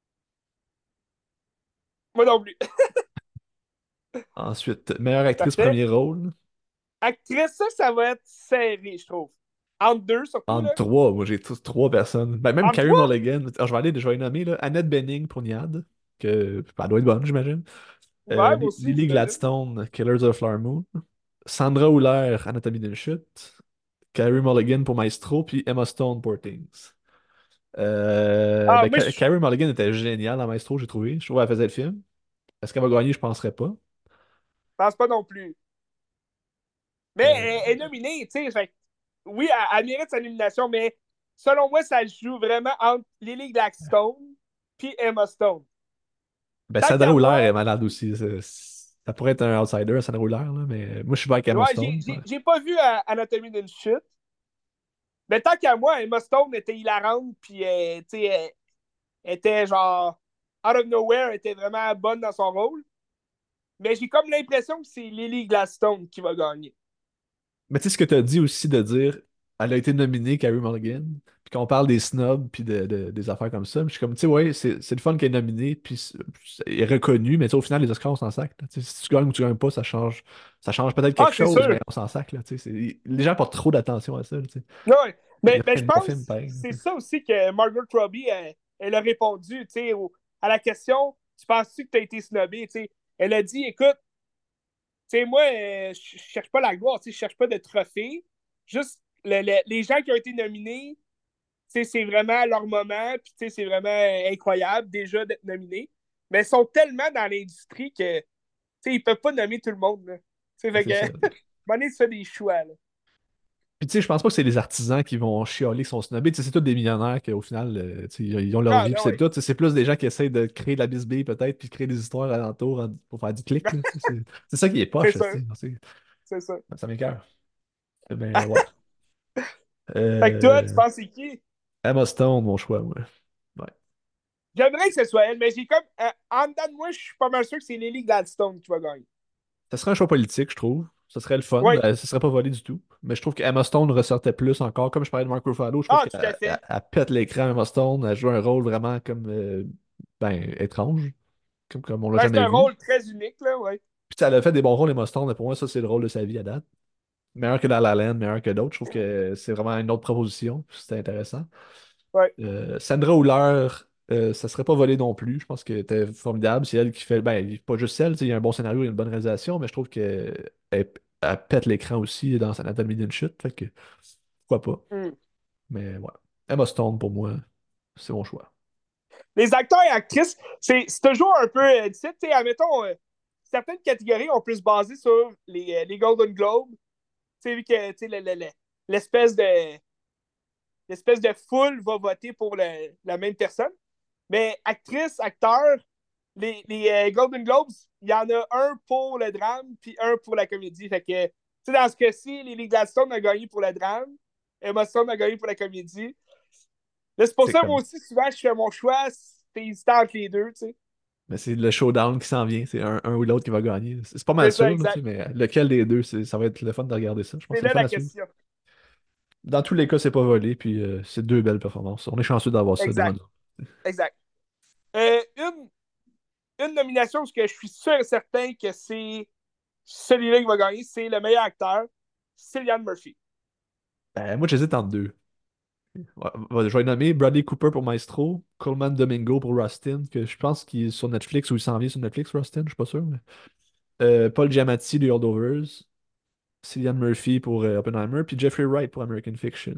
Moi non plus. Ensuite, meilleure actrice Parfait. premier rôle. Actrice, ça, ça va être serré, je trouve. Entre deux, surtout, Entre là. trois, moi j'ai tous trois personnes. Ben, même Entre Carey trois? Mulligan. Alors, je vais aller, je vais les nommer, là. Annette Bening pour Niad, que ben, elle doit être bonne, j'imagine. Euh, Ouais, moi Li- aussi, Lily j'imagine. Gladstone, Killers of the Flower Moon. Sandra Hüller, Anatomie d'une chute. Carey Mulligan pour Maestro, puis Emma Stone pour Things. Euh, Ah, ben, moi, Ca- je Carey Mulligan était géniale dans Maestro, j'ai trouvé. Je trouve qu'elle faisait le film. Est-ce qu'elle va gagner? Je penserais pas. pense pas non plus. Mais Euh, elle elle est nominée, tu sais. Fait que, oui, elle, elle mérite sa nomination, mais selon moi, ça joue vraiment entre Lily Gladstone puis Emma Stone. Ben, Tant Sandra qu'à Hüller moi, est malade aussi. Ça, ça pourrait être un outsider, Sandra Hüller, là, mais moi, je suis pas avec Emma ouais, j'ai Stone. Ouais. j'ai- j'ai pas vu euh, Anatomy d'une chute, mais tant qu'à moi, Emma Stone était hilarante, puis euh, tu sais, elle, elle était genre out of nowhere, elle était vraiment bonne dans son rôle. Mais j'ai comme l'impression que c'est Lily Gladstone qui va gagner. Mais tu sais ce que tu as dit aussi de dire, elle a été nominée, Carey Mulligan, puis qu'on parle des snobs, puis de, de- des affaires comme ça. Puis je suis comme, tu sais, ouais, c'est c'est le fun qu'elle est nominée, puis c'est- elle est reconnue, mais tu sais, au final, les Oscars, on s'en sac. Là. Tu sais, si tu gagnes ou tu gagnes pas, ça change, ça change peut-être Ah, quelque c'est chose, sûr. mais on s'en sac. Là, tu sais, c'est- les gens portent trop d'attention à ça. Là, tu sais. Ouais. Il y Mais, a mais plein je de bons pense films que pareils. Là, c'est tu sais. ça aussi que Margot Robbie, elle, elle a répondu tu sais, au- à la question tu penses-tu que tu as été snobé tu sais. Elle a dit écoute, tu sais, moi, euh, je cherche pas la gloire, tu sais, je cherche pas de trophée. Juste le- le- les gens qui ont été nominés, tu sais, c'est vraiment leur moment, puis tu sais, c'est vraiment euh, incroyable déjà d'être nominés. Mais ils sont tellement dans l'industrie que tu sais, ils peuvent pas nommer tout le monde. Là. Tu sais, Ben, fait c'est que, ça. à un moment donné, tu fais des choix. Là. Puis tu sais, je pense pas que c'est les artisans qui vont chialer qui sont snobés. Tu sais, c'est tous des millionnaires qui, au final, euh, tu sais, ils ils ont leur Ah, vie, puis ben c'est ouais. tout. Tu sais, c'est plus des gens qui essayent de créer de la bisbille, peut-être, puis de créer des histoires alentour en- pour faire du clic. Là. Tu sais, C'est c'est ça qui est C'est poche, tu ça. sais. C'est- C'est ça. Ça m'écoeure. Ben ouais. Fait que toi, tu Euh, penses c'est qui? Emma Stone, mon choix, ouais. Ouais. J'aimerais que ce soit elle, mais j'ai comme. Euh, en dedans de moi, je suis pas mal sûr que c'est Lily Gladstone qui va gagner. Ça serait un choix politique, je trouve. Ça serait le fun. Oui. Euh, ça serait pas volé du tout. Mais je trouve qu'Emma Stone ressortait plus encore. Comme je parlais de Mark Ruffalo, je trouve Ah, tout à qu'elle elle- fait. elle pète l'écran, Emma Stone. Elle joue un rôle vraiment comme euh, ben, étrange, comme, comme on l'a Ben, c'est jamais un vu. rôle très unique, là, ouais. Puis tu sais, elle a fait des bons rôles, Emma Stone, mais pour moi, ça, c'est le rôle de sa vie à date. Meilleur que dans La La Land, meilleur que d'autres. Je trouve que c'est vraiment une autre proposition. C'était intéressant. Ouais. Euh, Sandra Hüller, euh, ça serait pas volé non plus. Je pense qu'elle était formidable. C'est elle qui fait. Ben, pas juste elle, tu sais, il y a un bon scénario, il y a une bonne réalisation, mais je trouve qu'elle elle, elle pète l'écran aussi dans Anatomie d'une chute. Fait que pourquoi pas. Hmm. Mais voilà. Emma Stone, pour moi, c'est mon choix. Les acteurs et actrices, c'est c'est toujours un peu euh, difficile. Tu sais, admettons, euh, certaines catégories, on peut se baser sur les, euh, les Golden Globes. Tu sais, vu que tu sais, le- le- le- l'espèce de l'espèce de foule va voter pour le- la même personne. Mais actrice, acteur, les, les euh, Golden Globes, il y en a un pour le drame puis un pour la comédie. Fait que, tu sais, dans ce cas-ci, Lily Gladstone a gagné pour le drame, Emma Stone a gagné pour la comédie. Là, c'est pour C'est ça, moi comme. aussi, souvent, je fais mon choix, c'est hésitant entre les deux, tu sais. Mais c'est le showdown qui s'en vient. C'est un, un ou l'autre qui va gagner. C'est c'est pas mal C'est ça, sûr, là, tu sais, exact. mais lequel des deux, c'est- ça va être le fun de regarder ça. Je pense C'est que c'est le là fun la à suivre. question. Dans tous les cas, c'est pas volé, puis euh, c'est deux belles performances. On est chanceux d'avoir ça devant Exact, nous. exact. Euh, une, une nomination, parce que je suis sûr et certain que c'est celui-là qui va gagner, c'est le meilleur acteur, Cillian Murphy. Ben, moi, j'hésite entre deux. Ouais, ouais, je vais nommer Bradley Cooper pour Maestro, Coleman Domingo pour Rustin, que je pense qu'il est sur Netflix ou il s'en vient sur Netflix, Rustin, je suis pas sûr. mais- Euh, Paul Giamatti de Holdovers, Cillian Murphy pour euh, Oppenheimer, puis Jeffrey Wright pour American Fiction.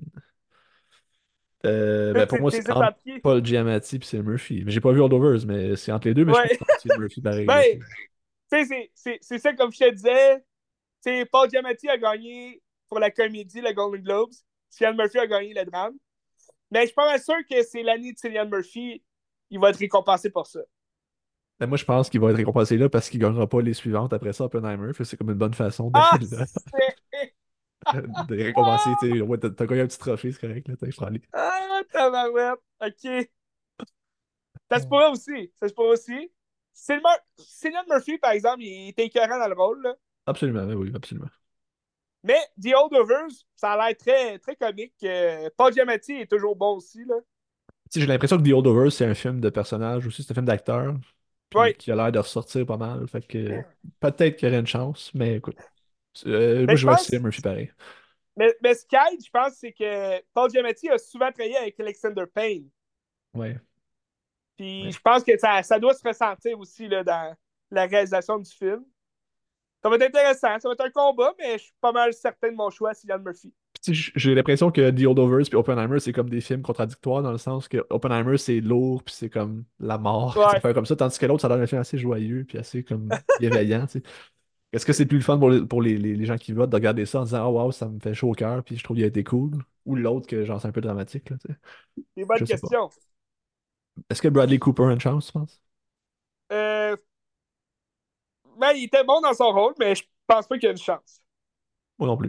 Euh, ben, Toutes pour ces, moi, ces c'est entre étapiers. Paul Giamatti puis c'est Murphy. Mais j'ai pas vu Holdovers, mais c'est entre les deux, mais je pense Ouais. que c'est Murphy pareil. Là, Ben, tu sais, c'est- c'est ça, comme je te disais. Tu sais, Paul Giamatti a gagné pour la comédie le Golden Globes. Cillian Murphy a gagné le drame. Mais je suis pas mal sûr que c'est l'année de Cillian Murphy. Il va être récompensé pour ça. ben, moi, je pense qu'il va être récompensé là parce qu'il gagnera pas les suivantes après ça, Oppenheimer. Fait que c'est comme une bonne façon de, Ah, c'est. de récompenser. Tu sais, ouais, t'as t'as gagné un petit trophée, c'est correct. Là, je prends les. Ah, tabarouette. OK. Ça se pourrait aussi. Ça se pourrait aussi. Cillian Cillian Murphy, par exemple, il est écœurant dans le rôle. Là. Absolument, oui, absolument. Mais The Holdovers, ça a l'air très, très comique. Euh, Paul Giamatti est toujours bon aussi. Là. Tu sais, j'ai l'impression que The Holdovers, c'est un film de personnage aussi, c'est un film d'acteur, puis Oui. qui a l'air de ressortir pas mal. Fait que peut-être qu'il y aurait une chance, mais écoute. Euh, moi, Mais je je vais essayer pense, Murphy pareil. mais, mais ce qui aide, je pense, c'est que Paul Giamatti a souvent travaillé avec Alexander Payne. Ouais, Puis ouais. je pense que ça, ça doit se ressentir aussi là, dans la réalisation du film. Ça va être intéressant. Ça va être un combat, mais je suis pas mal certain de mon choix, Cillian Murphy. Puis, tu sais, j'ai l'impression que The Holdovers puis Oppenheimer, c'est comme des films contradictoires dans le sens que Oppenheimer, c'est lourd, puis c'est comme la mort, puis des Ouais. affaires comme ça, tandis que l'autre, ça donne un film assez joyeux, puis assez comme bienveillant, tu sais. Est-ce que c'est plus le fun pour les, pour les, les- les gens qui votent de regarder ça en disant, oh wow, ça me fait chaud au cœur, puis je trouve qu'il a été cool, ou l'autre que genre c'est un peu dramatique, là, tu sais. C'est une Je bonne sais pas. question. Est-ce que Bradley Cooper a une chance, tu penses? Euh, ben, il était bon dans son rôle, mais je pense pas qu'il y a une chance. Moi non plus.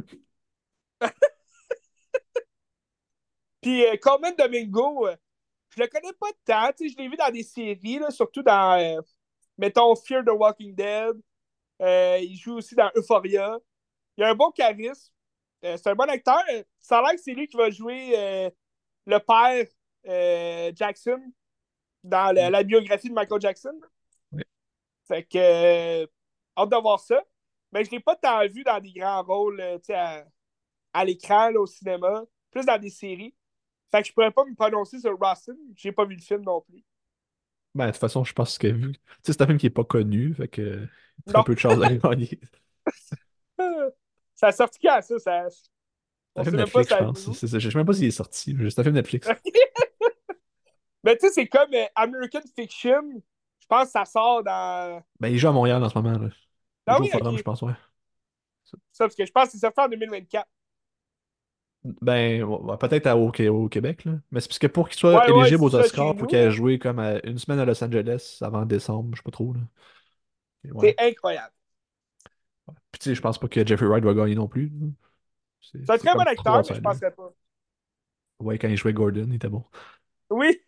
Puis euh, Coleman Domingo, euh, je le connais pas tant. Tu sais, je l'ai vu dans des séries, là, surtout dans, euh, mettons, Fear the Walking Dead. Euh, il joue aussi dans Euphoria. Il a un bon charisme. Euh, c'est un bon acteur. Ça a l'air que c'est lui qui va jouer euh, le père euh, Jackson dans la, la biographie de Michael Jackson. Oui. Fait que, euh, hâte de voir ça. Mais je l'ai pas tant vu dans des grands rôles euh, tu sais, à, à l'écran, là, au cinéma. Plus dans des séries. Fait que je pourrais pas me prononcer sur Rawson. J'ai pas vu le film non plus. Ben, de toute façon, je pense que vu. Tu sais, c'est un film qui est pas connu, fait que très Non. peu de chances de gagner. Ça a sorti quand, ça? ça... C'est On un film sait même pas si Netflix, je ça a pense. vu C'est- où. c'est- Je sais même pas s'il est sorti. C'est un film Netflix. Mais tu sais, c'est comme euh, American Fiction. Je pense que ça sort dans. Ben, il joue à Montréal en ce moment, là. Il Ah joue au oui, Forum, je ok. pense, ouais. Ça, parce que je pense que c'est sorti en deux mille vingt-quatre. Ben, ouais, ouais, peut-être à- au, Qué- au Québec, là. Mais c'est parce que pour qu'il soit Ouais, ouais, éligible c'est aux ça Oscars, chez il faut nous, qu'il ait là. joué comme à une semaine à Los Angeles avant décembre, je sais pas trop, là. Et ouais. C'est incroyable. Puis tu sais, je pense pas que Jeffrey Wright va gagner non plus, là. C'est C'est un c'est très bon comme trop acteur, mais je outsider. penserais pas. Ouais, quand il jouait Gordon, il était bon. Oui.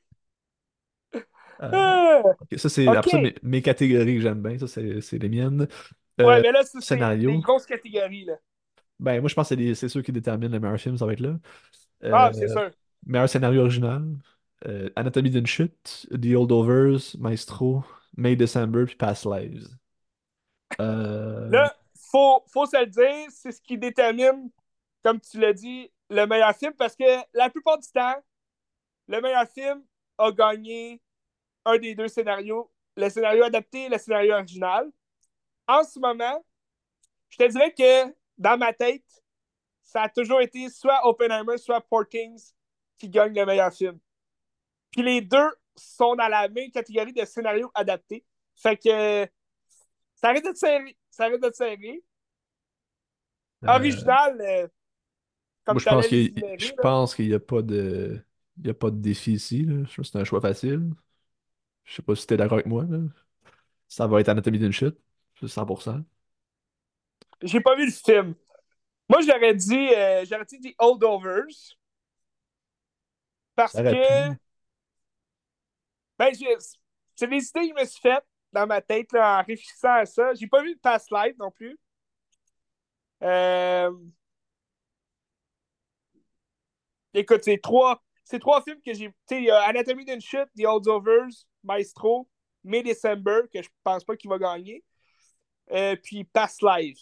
Euh, Ah, ok, ça, c'est ok. après ça, mes, mes catégories que j'aime bien, ça, c'est c'est les miennes. Ouais, Euh, mais là, ça, c'est des scénario. grosses catégories, là. Ben, moi, je pense que c'est les- c'est ceux qui déterminent le meilleur film, ça va être là. Ah, c'est Euh, sûr. meilleur scénario original. euh, Anatomie d'une chute, The Holdovers, Maestro, May December, puis Past Lives. Euh, Là, faut, faut se le dire, c'est ce qui détermine, comme tu l'as dit, le meilleur film, parce que la plupart du temps, le meilleur film a gagné un des deux scénarios, le scénario adapté et le scénario original. En ce moment, je te dirais que dans ma tête, ça a toujours été soit Oppenheimer, soit Poor Things qui gagne le meilleur film. Puis les deux sont dans la même catégorie de scénario adapté. Fait que ça arrête de serrer. Ça arrête de serrer. euh, Original, euh, moi, comme je tu pense allais qu'il les y a- je énumérer, là. pense qu'il n'y a pas de, il y a pas de défi ici, là. Je trouve que c'est un choix facile. Je sais pas si tu es d'accord avec moi, là. Ça va être Anatomie d'une chute, c'est cent pour cent. J'ai pas vu le film. Moi, j'aurais dit, euh, j'aurais dit The Holdovers Ça parce aurait que pu. ben, c'est des idées que je me suis faites dans ma tête là, en réfléchissant à ça. J'ai pas vu le Past Life non plus. Euh, écoute, c'est trois, c'est trois films que j'ai. Tu sais, Anatomie d'une chute, The Holdovers, Maestro, May December, que je pense pas qu'il va gagner. Euh, puis Past Life.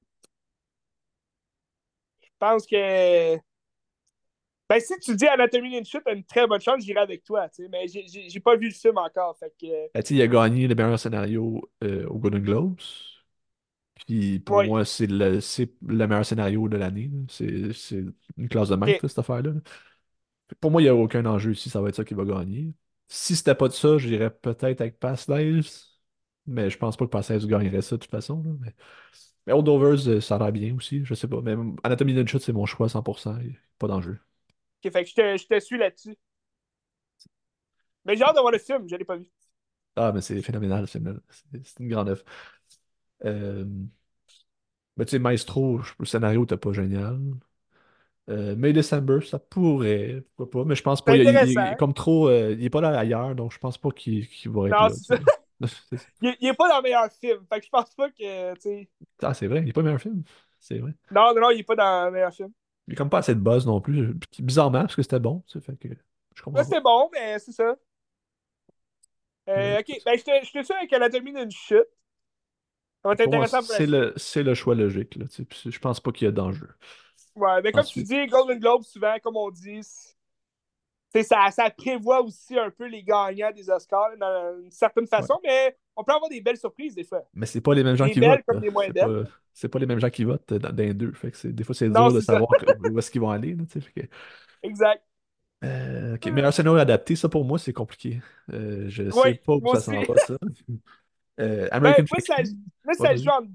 Je pense que. Ben, si tu dis Anatomie d'une chute, t'as une très bonne chance, j'irai avec toi. Tu sais, mais j'ai, j'ai, j'ai pas vu le film encore. Fait que. Euh, Ben, tu sais, il a gagné le meilleur scénario euh, au Golden Globes. Puis pour oui. moi, c'est le, c'est le meilleur scénario de l'année, là. C'est c'est une classe de maître, OK. là, cette affaire-là. Pour moi, il n'y a aucun enjeu ici, ça va être ça qui va gagner. Si c'était pas de ça, je dirais peut-être avec Past Lives, mais je pense pas que Past Lives gagnerait ça de toute façon, là. Mais, mais Holdovers, euh, ça a l'air bien aussi, je sais pas. Mais Anatomie d'une chute, c'est mon choix à cent pour cent, y a pas d'enjeu. OK, fait que je te, je te suis là-dessus. Mais j'ai hâte de voir le film, je l'ai pas vu. Ah, mais c'est phénoménal, ce film-là. C'est c'est une grande œuvre. Euh, mais tu sais, Maestro, je- le scénario n'était pas génial. Euh, May December, ça pourrait, pourquoi pas, mais je pense pas. C'est Il, il- il est intéressant. comme trop. Euh, il est pas là ailleurs, donc je pense pas qu'il qu'il va être Non, là, c'est tu ça. sais. C'est ça. Il, il est pas dans le meilleur film. Fait que je pense pas que, tu sais. Ah, c'est vrai, il est pas le meilleur film. C'est vrai. Non, non, non, il est pas dans le meilleur film. Il est comme pas assez de buzz non plus. Bizarrement, parce que c'était bon, tu sais, fait que je Là, comprends pas. c'était bon, mais c'est ça. Mais Euh, OK, ben, je te, je te suis avec Anatomie d'une chute. Ça va être pour moi, intéressant pour la c'est suite. le, c'est le choix logique, là, tu sais, puis je pense pas qu'il y a d'enjeu. Ouais, mais comme tu Ensuite, dis, Golden Globe, souvent, comme on dit, c'est- ça, ça prévoit aussi un peu les gagnants des Oscars d'une certaine ouais. façon, mais on peut avoir des belles surprises des fois. Mais c'est pas les mêmes gens Des qui belles votent, comme là. des moins C'est belles. pas, c'est pas les mêmes gens qui votent dans, dans les deux. Fait que c'est, des fois, c'est Non, dur de c'est ça. savoir que- où est-ce qu'ils vont aller, là, tu sais, fait que- Exact. Euh, ok, meilleur scénario adapté, ça pour moi, c'est compliqué. Euh, je sais Oui, pas où moi ça s'en aussi. va, ça. Euh, Ben, American moi, ça, Fiction, moi, ouais, ça joue vas-y. entre deux.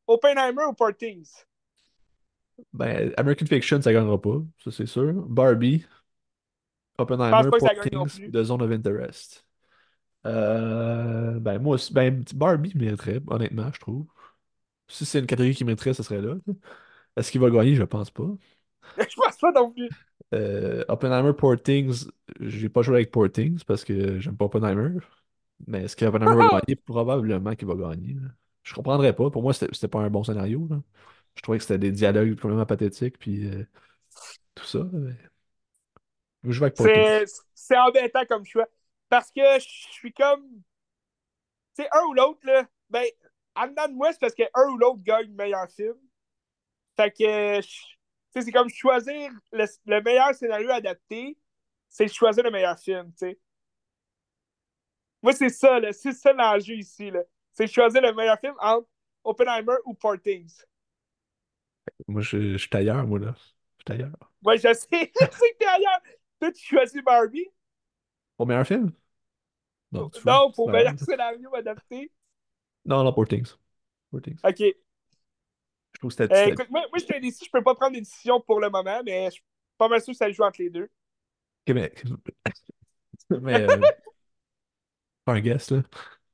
Oppenheimer ou Poor Things? Ben, American Fiction, ça gagnera pas, ça c'est sûr. Barbie, Je pense Oppenheimer, pas que Poor ça gagne non Things, plus. The Zone of Interest. Euh, ben, moi aussi, ben, Barbie mériterait, honnêtement, je trouve. Si c'est une catégorie qui mériterait, ce serait là. Est-ce qu'il va gagner? Je pense pas. Je pense pas non plus. Euh, Oppenheimer, Poor Things, j'ai pas joué avec Poor Things parce que j'aime pas Oppenheimer. Mais est-ce qu'Oppenheimer va gagner? Probablement qu'il va gagner, là. Je comprendrais pas. Pour moi, c'était c'était pas un bon scénario, là. Je trouvais que c'était des dialogues complètement pathétiques, puis euh, tout ça. Mais... Je vais jouer avec Poor Things. C'est c'est embêtant comme choix. Parce que je suis comme. Tu sais, un ou l'autre, là. Ben, en dedans de moi, c'est parce que un ou l'autre gagne le meilleur film. Fait que. Tu sais, c'est comme choisir le, le meilleur scénario adapté, c'est choisir le meilleur film, tu sais. Moi, c'est ça, là. C'est ça l'enjeu ici, là. C'est choisir le meilleur film entre Oppenheimer ou Poor Things. Moi, je, je suis ailleurs, moi, là. Je suis ailleurs. Moi, je sais, je sais que t'es ailleurs. Toi, tu choisis Barbie. Pour meilleur film? Non, tu fous. Non, C'est pour pas meilleur grave. scénario adapté. Non, non, Poor Things. Poor Things. OK. Je trouve que c'était. Euh, c'était- écoute, moi, moi je te dis, je peux pas prendre une décision pour le moment, mais je suis pas mal sûr que ça joue entre les deux. Ok, mais, mais euh, pas un guess, là.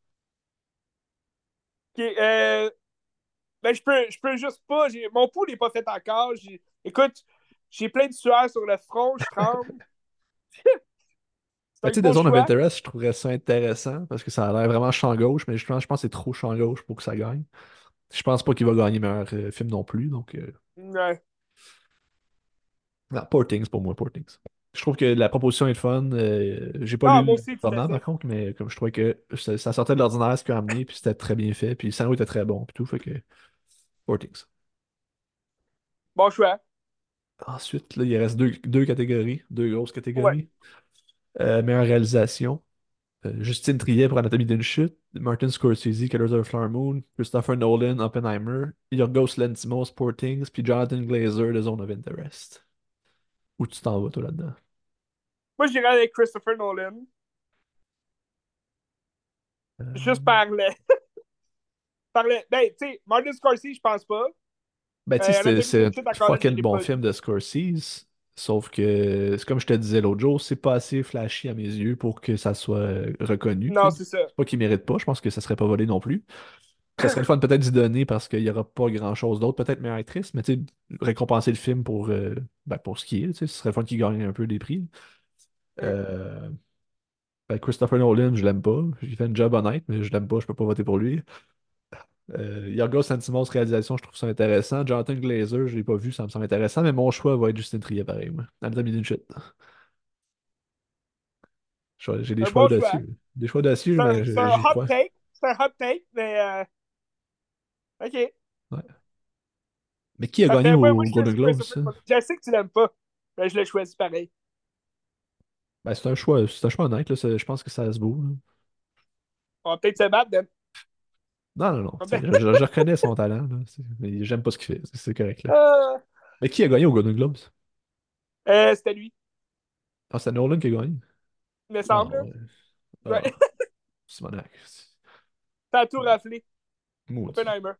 OK, euh, ben, je peux, je peux juste pas. J'ai- Mon pouls n'est pas fait encore. J'ai- Écoute, j'ai plein de sueur sur le front, je tremble. C'est Ben, un tu sais, The gros Zone of choix. Interest, je trouverais ça intéressant parce que ça a l'air vraiment champ gauche, mais justement, je pense que c'est trop champ gauche pour que ça gagne. Je pense pas qu'il va gagner meilleur euh, film non plus, donc. euh, Ouais. Non, Poor Things pour moi, Poor Things. Je trouve que la proposition est fun. Euh, j'ai pas lu Ah, moi le aussi, tout à roman par fait. contre, mais comme je trouvais que ça, ça sortait de l'ordinaire ce qu'il a amené, puis c'était très bien fait, puis le scénario était très bon, puis tout, fait que Poor Things. Bon choix. Ensuite, là, il reste deux, deux catégories, deux grosses Ouais. catégories. Euh, meilleure réalisation. Euh, Justine Triet pour Anatomie d'une chute, Martin Scorsese, Killers of the Flower Moon, Christopher Nolan, Oppenheimer, Yorgos Lanthimos, Poor Things, puis Jonathan Glazer, The Zone of Interest. Où tu t'en vas, toi, là-dedans? Moi, j'irais avec Christopher Nolan. Juste Euh, par le. Par le... Ben, tu sais, Martin Scorsese, je pense pas. Ben, tu sais, Euh, c'est Anatomie c'est d'une un chute, encore là, je fucking l'ai bon pas film vu. de Scorsese. Sauf que, c'est comme je te disais l'autre jour, c'est pas assez flashy à mes yeux pour que ça soit euh, reconnu, tu Non, sais. c'est ça. C'est pas qu'il mérite pas, je pense que ça serait pas volé non plus. Ça serait le fun peut-être d'y donner parce qu'il y aura pas grand-chose d'autre, peut-être meilleure actrice, mais tu sais, récompenser le film pour, euh, ben, pour ce qui est, tu sais, ce serait le fun qu'il gagne un peu des prix. Euh, ben, Christopher Nolan, je l'aime pas. Il fait un job honnête, mais je l'aime pas, je peux pas voter pour lui. Euh, Yorgos Lanthimos, réalisation, je trouve ça intéressant. Jonathan Glazer, je l'ai pas vu, ça me semble intéressant, mais mon choix va être Justin Trier, pareil, moi. Anatomie d'une chute. J'ai j'ai des Un choix bon choix. audacieux. Des choix audacieux, C'est un, mais c'est je- un j'y hot crois. take. C'est un hot take, mais euh, OK. Ouais. Mais qui a Ça gagné fait. Moi, moi au je Golden choisis Globes, Christopher ça? Nolan. Je sais que tu l'aimes pas, mais je l'ai choisi pareil. Ben, c'est un choix, c'est un choix honnête, là, c'est- je pense que ça se vaut, là. On va peut-être se battre, Dan. Non, non, non. On tu va sais, peut-être- Je, je- je reconnais son talent, là, c'est- mais j'aime pas ce qu'il fait. C'est c'est correct, là. Euh, Mais qui a gagné au Golden Globes? euh, C'était lui, Ah, c'est Nolan qui a gagné. il me Ah, semble. ouais. Ouais. Ah, Simonac. T'as tout raflé. Maudit. Oppenheimer.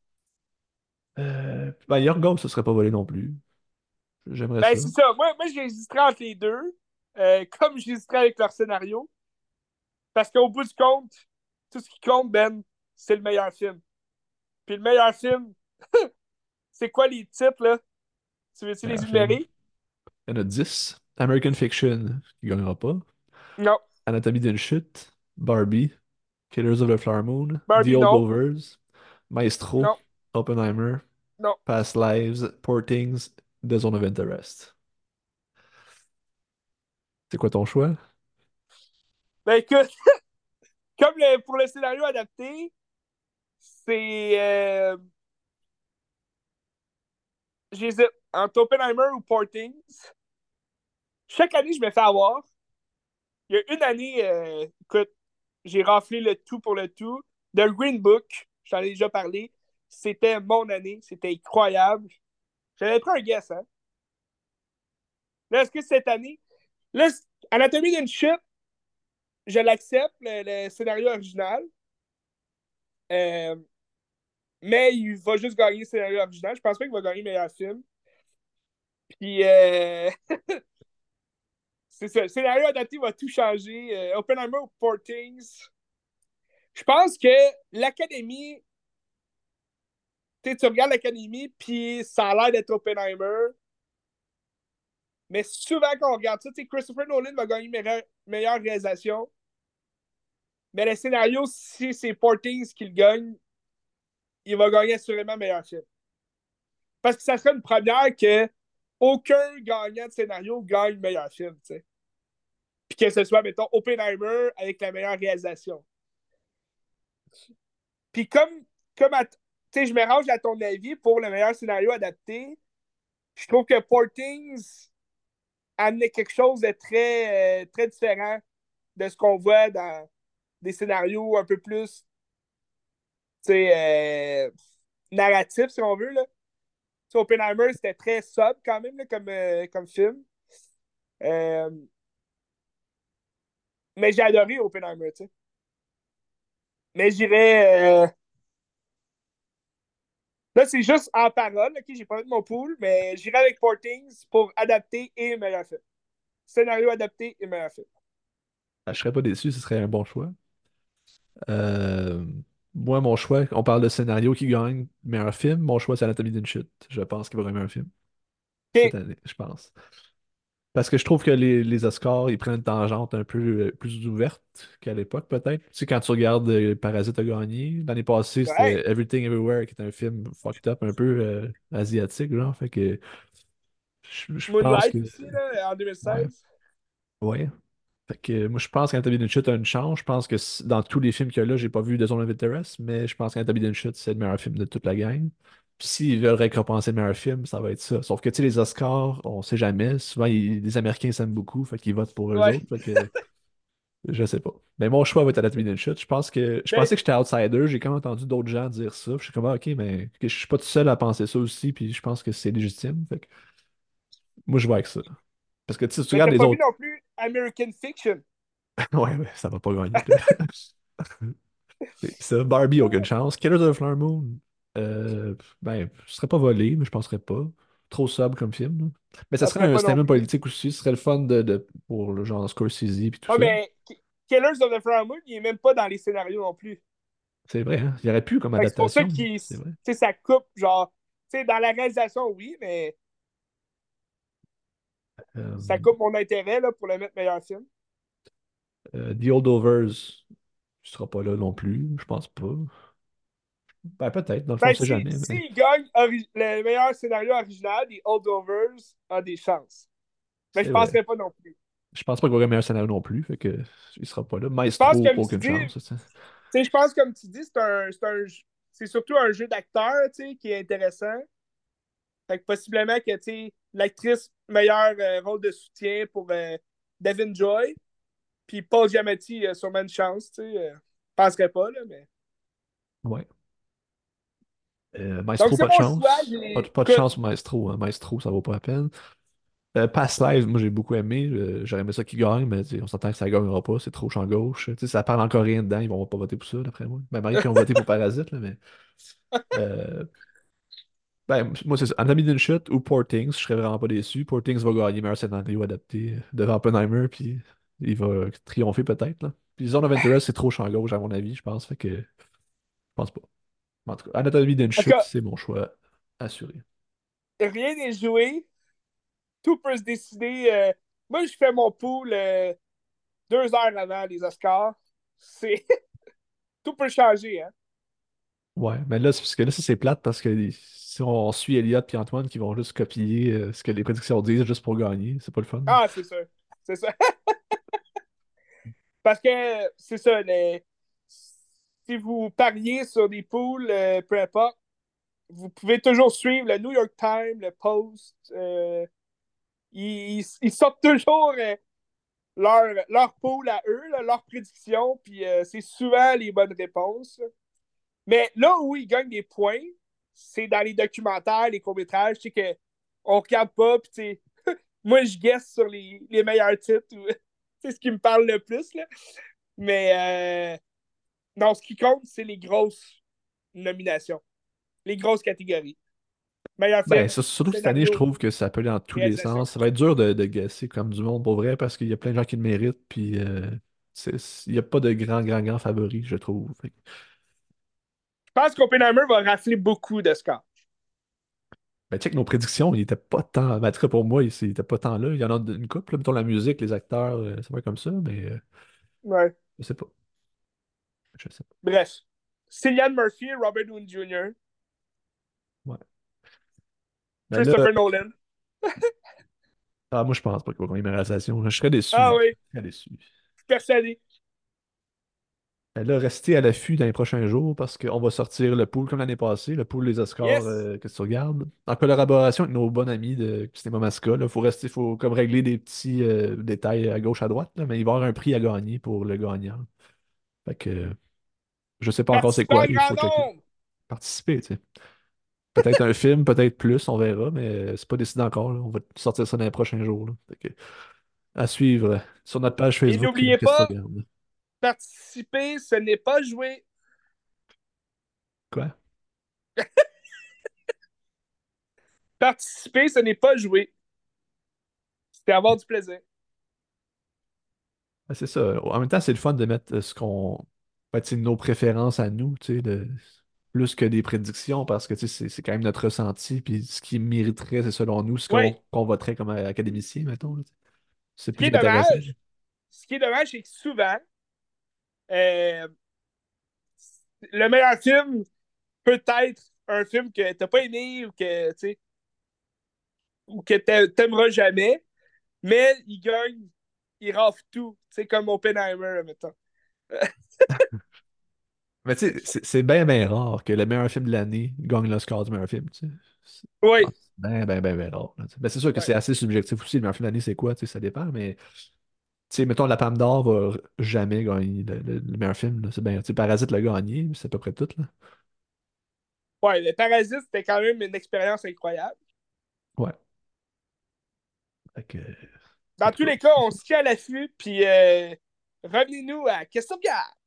Euh, ben, Yorgos, ce serait pas volé non plus. J'aimerais Ben, ça. c'est ça. Moi, moi j'hésiterais entre les deux, euh, comme j'hésiterais avec leur scénario. Parce qu'au bout du compte, tout ce qui compte, Ben, c'est le meilleur film. Puis le meilleur film, c'est quoi les titres, là? Tu veux-tu les Meilleur film. énumérer? Il y en a dix. American Fiction, qui gagnera pas. Non. Anatomie d'une chute. Barbie. Killers of the Flower Moon. The Barbie, non. Holdovers. Maestro. Non. Oppenheimer. Non. Past Lives. Poor Things. The Zone of Interest. C'est quoi ton choix? Ben écoute, comme le- pour le scénario adapté, c'est. Euh, j'hésite entre Oppenheimer ou Poor Things. Chaque année, je me fais avoir. Il y a une année, euh, écoute, j'ai raflé le tout pour le tout. The Green Book, je t'en ai déjà parlé. C'était mon année. C'était incroyable. J'avais pris un guess, hein. Là, est-ce que cette année. Là, Anatomie d'une chute, je l'accepte, le, le scénario original. Euh, mais il va juste gagner le scénario original. Je pense pas qu'il va gagner meilleur film. Puis, euh, c'est ça. Le scénario adapté va tout changer. Euh, Oppenheimer ou Poor Things. Je pense que l'Académie, tu tu regardes l'Académie, puis ça a l'air d'être Oppenheimer. Mais souvent, quand on regarde ça, Christopher Nolan va gagner meilleure, meilleure réalisation. Mais le scénario, si c'est Poor Things qui le gagne, il va gagner assurément meilleur film. Parce que ça serait une première que aucun gagnant de scénario gagne meilleur film, tu sais. Puis que ce soit, mettons, Oppenheimer avec la meilleure réalisation. Puis comme, comme tu sais, je me range à ton avis pour le meilleur scénario adapté, je trouve que Poor Things amenait quelque chose de très, euh, très différent de ce qu'on voit dans des scénarios un peu plus, tu sais, euh, narratifs, si on veut, là. T'sais, Oppenheimer, c'était très sobre quand même là, comme, euh, comme film. Euh, mais j'ai adoré Oppenheimer, tu sais. Mais j'irais. Euh, là, c'est juste en parole, ok? J'ai pas de mon pool, mais j'irais avec Poor Things pour adapter et meilleur film. Scénario adapté et meilleur film. Ah, je serais pas déçu, ce serait un bon choix. Euh, Moi, mon choix, on parle de scénario qui gagne meilleur film. Mon choix, c'est Anatomy d'une chute. Je pense qu'il va gagner un film cette Ok. année, je pense. Parce que je trouve que les, les Oscars, ils prennent une tangente un peu euh, plus ouverte qu'à l'époque, peut-être. Tu sais, quand tu regardes euh, Parasite a gagné, l'année passée, Ouais. c'était Everything Everywhere, qui est un film fucked up, un peu euh, asiatique, genre. Fait que je, je pense Moonlight que. aussi, là, en Ouais, deux mille seize. ouais. Fait que moi, je pense qu'Anatomy d'une chute a une chance. Je pense que c- dans tous les films qu'il y a là, j'ai pas vu The Zone of Interest, mais je pense qu'Anatomy d'une chute, c'est le meilleur film de toute la gang. Puis s'ils veulent récompenser le meilleur film, ça va être ça. Sauf que, tu sais, les Oscars, on sait jamais. Souvent, ils- les Américains s'aiment beaucoup, fait qu'ils votent pour eux Ouais. autres. Fait que je sais pas. Mais mon choix va être Anatomy d'une chute. Je pense que je Mais, pensais que j'étais outsider. J'ai quand même entendu d'autres gens dire ça. Je suis comme, ah, ok, mais que je suis pas tout seul à penser ça aussi, puis je pense que c'est légitime. Fait que moi, je vais avec ça. Parce que tu sais, si tu mais regardes t'as les pas vu autres. non plus American Fiction. Ouais, ouais, ça va pas gagner. C'est ça, Barbie, aucune chance. Killers of the Flower Moon, euh, ben, je serais pas volé, mais je penserais pas. Trop sobre comme film, là. Mais Je ça serait penserais un pas non statement plus. politique aussi. Ce serait le fun de, de- pour le genre Scorsese et tout Ah, ça. mais Killers of the Flower Moon, il est même pas dans les scénarios non plus. C'est vrai, hein? Il y aurait pu comme Fait que c'est pour ça adaptation. qu'il, tu C'est vrai. sais, ça coupe, genre, tu sais, dans la réalisation, oui, mais Euh, ça coupe mon intérêt, là, pour le mettre meilleur film. euh, The Holdovers, il sera pas là non plus. Je pense pas. Ben, peut-être, dans le fond, on Ben, sait si, jamais. Mais s'il gagne ori- le meilleur scénario original, des Holdovers a des chances. Mais je c'est vrai. penserais pas non plus. Je pense pas qu'il y aurait meilleur scénario non plus. Fait que il sera pas là. Je pense, Maestro, comme tu aucune dis, chance. Ça. tu sais, je pense, comme tu dis, c'est un, c'est un, c'est surtout un jeu d'acteur, tu sais, qui est intéressant. Fait que possiblement que, tu sais, l'actrice meilleur euh, rôle de soutien pour euh, Devin Joy, puis Paul Giamatti a sûrement une chance, tu sais. Euh, je penserais pas, là, mais... Ouais. Euh, Donc, Maestro, c'est pas de mon choix. chance. Pas de, J'ai... pas de Écoute, chance, Maestro. Hein. Maestro, ça vaut pas la peine. Euh, Past Lives, moi j'ai beaucoup aimé. Euh, J'aurais aimé ça qu'il gagne, mais tu sais, on s'entend que ça gagnera pas. C'est trop champ gauche. Tu sais, ça parle en coréen dedans, ils vont pas voter pour ça, d'après moi. Ben, Marie qui ont voté pour Parasite, là, mais. euh, ben, moi, c'est ça. Anatomy d'une chute ou Poor Things, je serais vraiment pas déçu. Poor Things va gagner meilleur scénario adapté euh, devant Oppenheimer, puis il va triompher peut-être, là. Puis Zone of Interest, c'est trop champ gauche, à mon avis, je pense. Fait que je pense pas. En tout cas, Anatomy d'une en tout chute, cas, c'est mon choix assuré. rien n'est joué. Tout peut se décider. Euh, moi, je fais mon pool euh, deux heures avant les Oscars. C'est... Tout peut changer, hein. Ouais, mais là, c'est parce que là, ça c'est plate parce que si on suit Elliot et Antoine qui vont juste copier euh, ce que les prédictions disent juste pour gagner, c'est pas le fun. Ah, c'est sûr. C'est ça. Parce que, c'est ça, les... si vous pariez sur des poules, euh, peu importe, vous pouvez toujours suivre le New York Times, le Post. Euh, ils, ils sortent toujours euh, leur, leur pool à eux, là, leurs prédictions, puis euh, c'est souvent les bonnes réponses. Mais là où ils gagnent des points, c'est dans les documentaires, les courts-métrages, tu sais, que on regarde pas, puis tu sais, moi je guesse sur les, les meilleurs titres, c'est ce qui me parle le plus, là. Mais euh, non, ce qui compte, c'est les grosses nominations. les grosses catégories. Meilleur Ben, film, sur- surtout que cette année, je scénario, trouve que ça peut aller dans tous les réalisation. sens. Ça va être dur de, de guesser comme du monde pour vrai parce qu'il y a plein de gens qui le méritent. Puis, euh, c'est- il n'y a pas de grand, grand, grand favori, je trouve. Fait que- Je pense qu'Oppenheimer va rafler beaucoup de scores. Ben, check nos prédictions, il était pas tant. Ben, en tout cas, pour moi, il il était pas tant là. Il y en a une couple, là, mettons la musique, les acteurs, euh, ça va être comme ça, mais euh, Ouais. je sais pas. Je sais pas. Bref. Cillian Murphy, Robert Downey junior, Ouais. Ben là, Christopher Nolan. ah, moi, je pense pas qu'il va gagner ma réalisation. Je serais déçu. Ah oui, Je serais déçu. persuadé. Ben là, restez à l'affût dans les prochains jours parce qu'on va sortir le pool comme l'année passée, le pool des Oscars Yes. euh, que tu regardes. En collaboration avec nos bons amis de Cinéma Masca. Il faut rester, faut comme régler des petits euh, détails à gauche, à droite, là, mais il va y avoir un prix à gagner pour le gagnant. Fait que euh, je sais pas encore c'est Participant quoi, en il grand faut checker. nombre. Participer, tu sais. Peut-être un film, peut-être plus, on verra, mais c'est pas décidé encore, là. On va sortir ça dans les prochains jours, là. Fait que, à suivre euh, sur notre page Et Facebook, euh, n'oubliez qu'est-ce que tu pas, regardes? participer, ce n'est pas jouer. Quoi? Participer, ce n'est pas jouer. C'est avoir du plaisir. Ben, c'est ça. En même temps, c'est le fun de mettre euh, ce qu'on. Ben, tu sais, nos préférences à nous, tu sais, de... plus que des prédictions, parce que tu sais, c'est c'est quand même notre ressenti, puis ce qui mériterait, c'est selon nous, ce Oui. qu'on qu'on voterait comme euh, académicien, mettons, là, tu sais. C'est Ce qui est plus intéressant. dommage, ce qui est dommage, c'est que souvent, euh, le meilleur film peut être un film que t'as pas aimé ou que tu sais ou que t'aimeras jamais, mais il gagne, il rafle tout. C'est comme Oppenheimer, mettons. Mais tu sais, c'est c'est bien, bien rare que le meilleur film de l'année gagne l'Oscar du meilleur film, tu sais. C'est Oui. bien, bien, bien, bien rare, là, tu sais. Ben, c'est sûr que Ouais. c'est assez subjectif aussi, le meilleur film de l'année, c'est quoi, tu sais, ça dépend, mais tu sais, mettons, la Palme d'Or va jamais gagner le, le- le meilleur film, là. C'est bien, tu sais, Parasite l'a gagné, mais c'est à peu près tout, là. Ouais, le Parasite, c'était quand même une expérience incroyable. Ouais. Fait que, en Dans tous tout cas, les cas, on se tient à l'affût, puis euh, revenez-nous à Question de gars.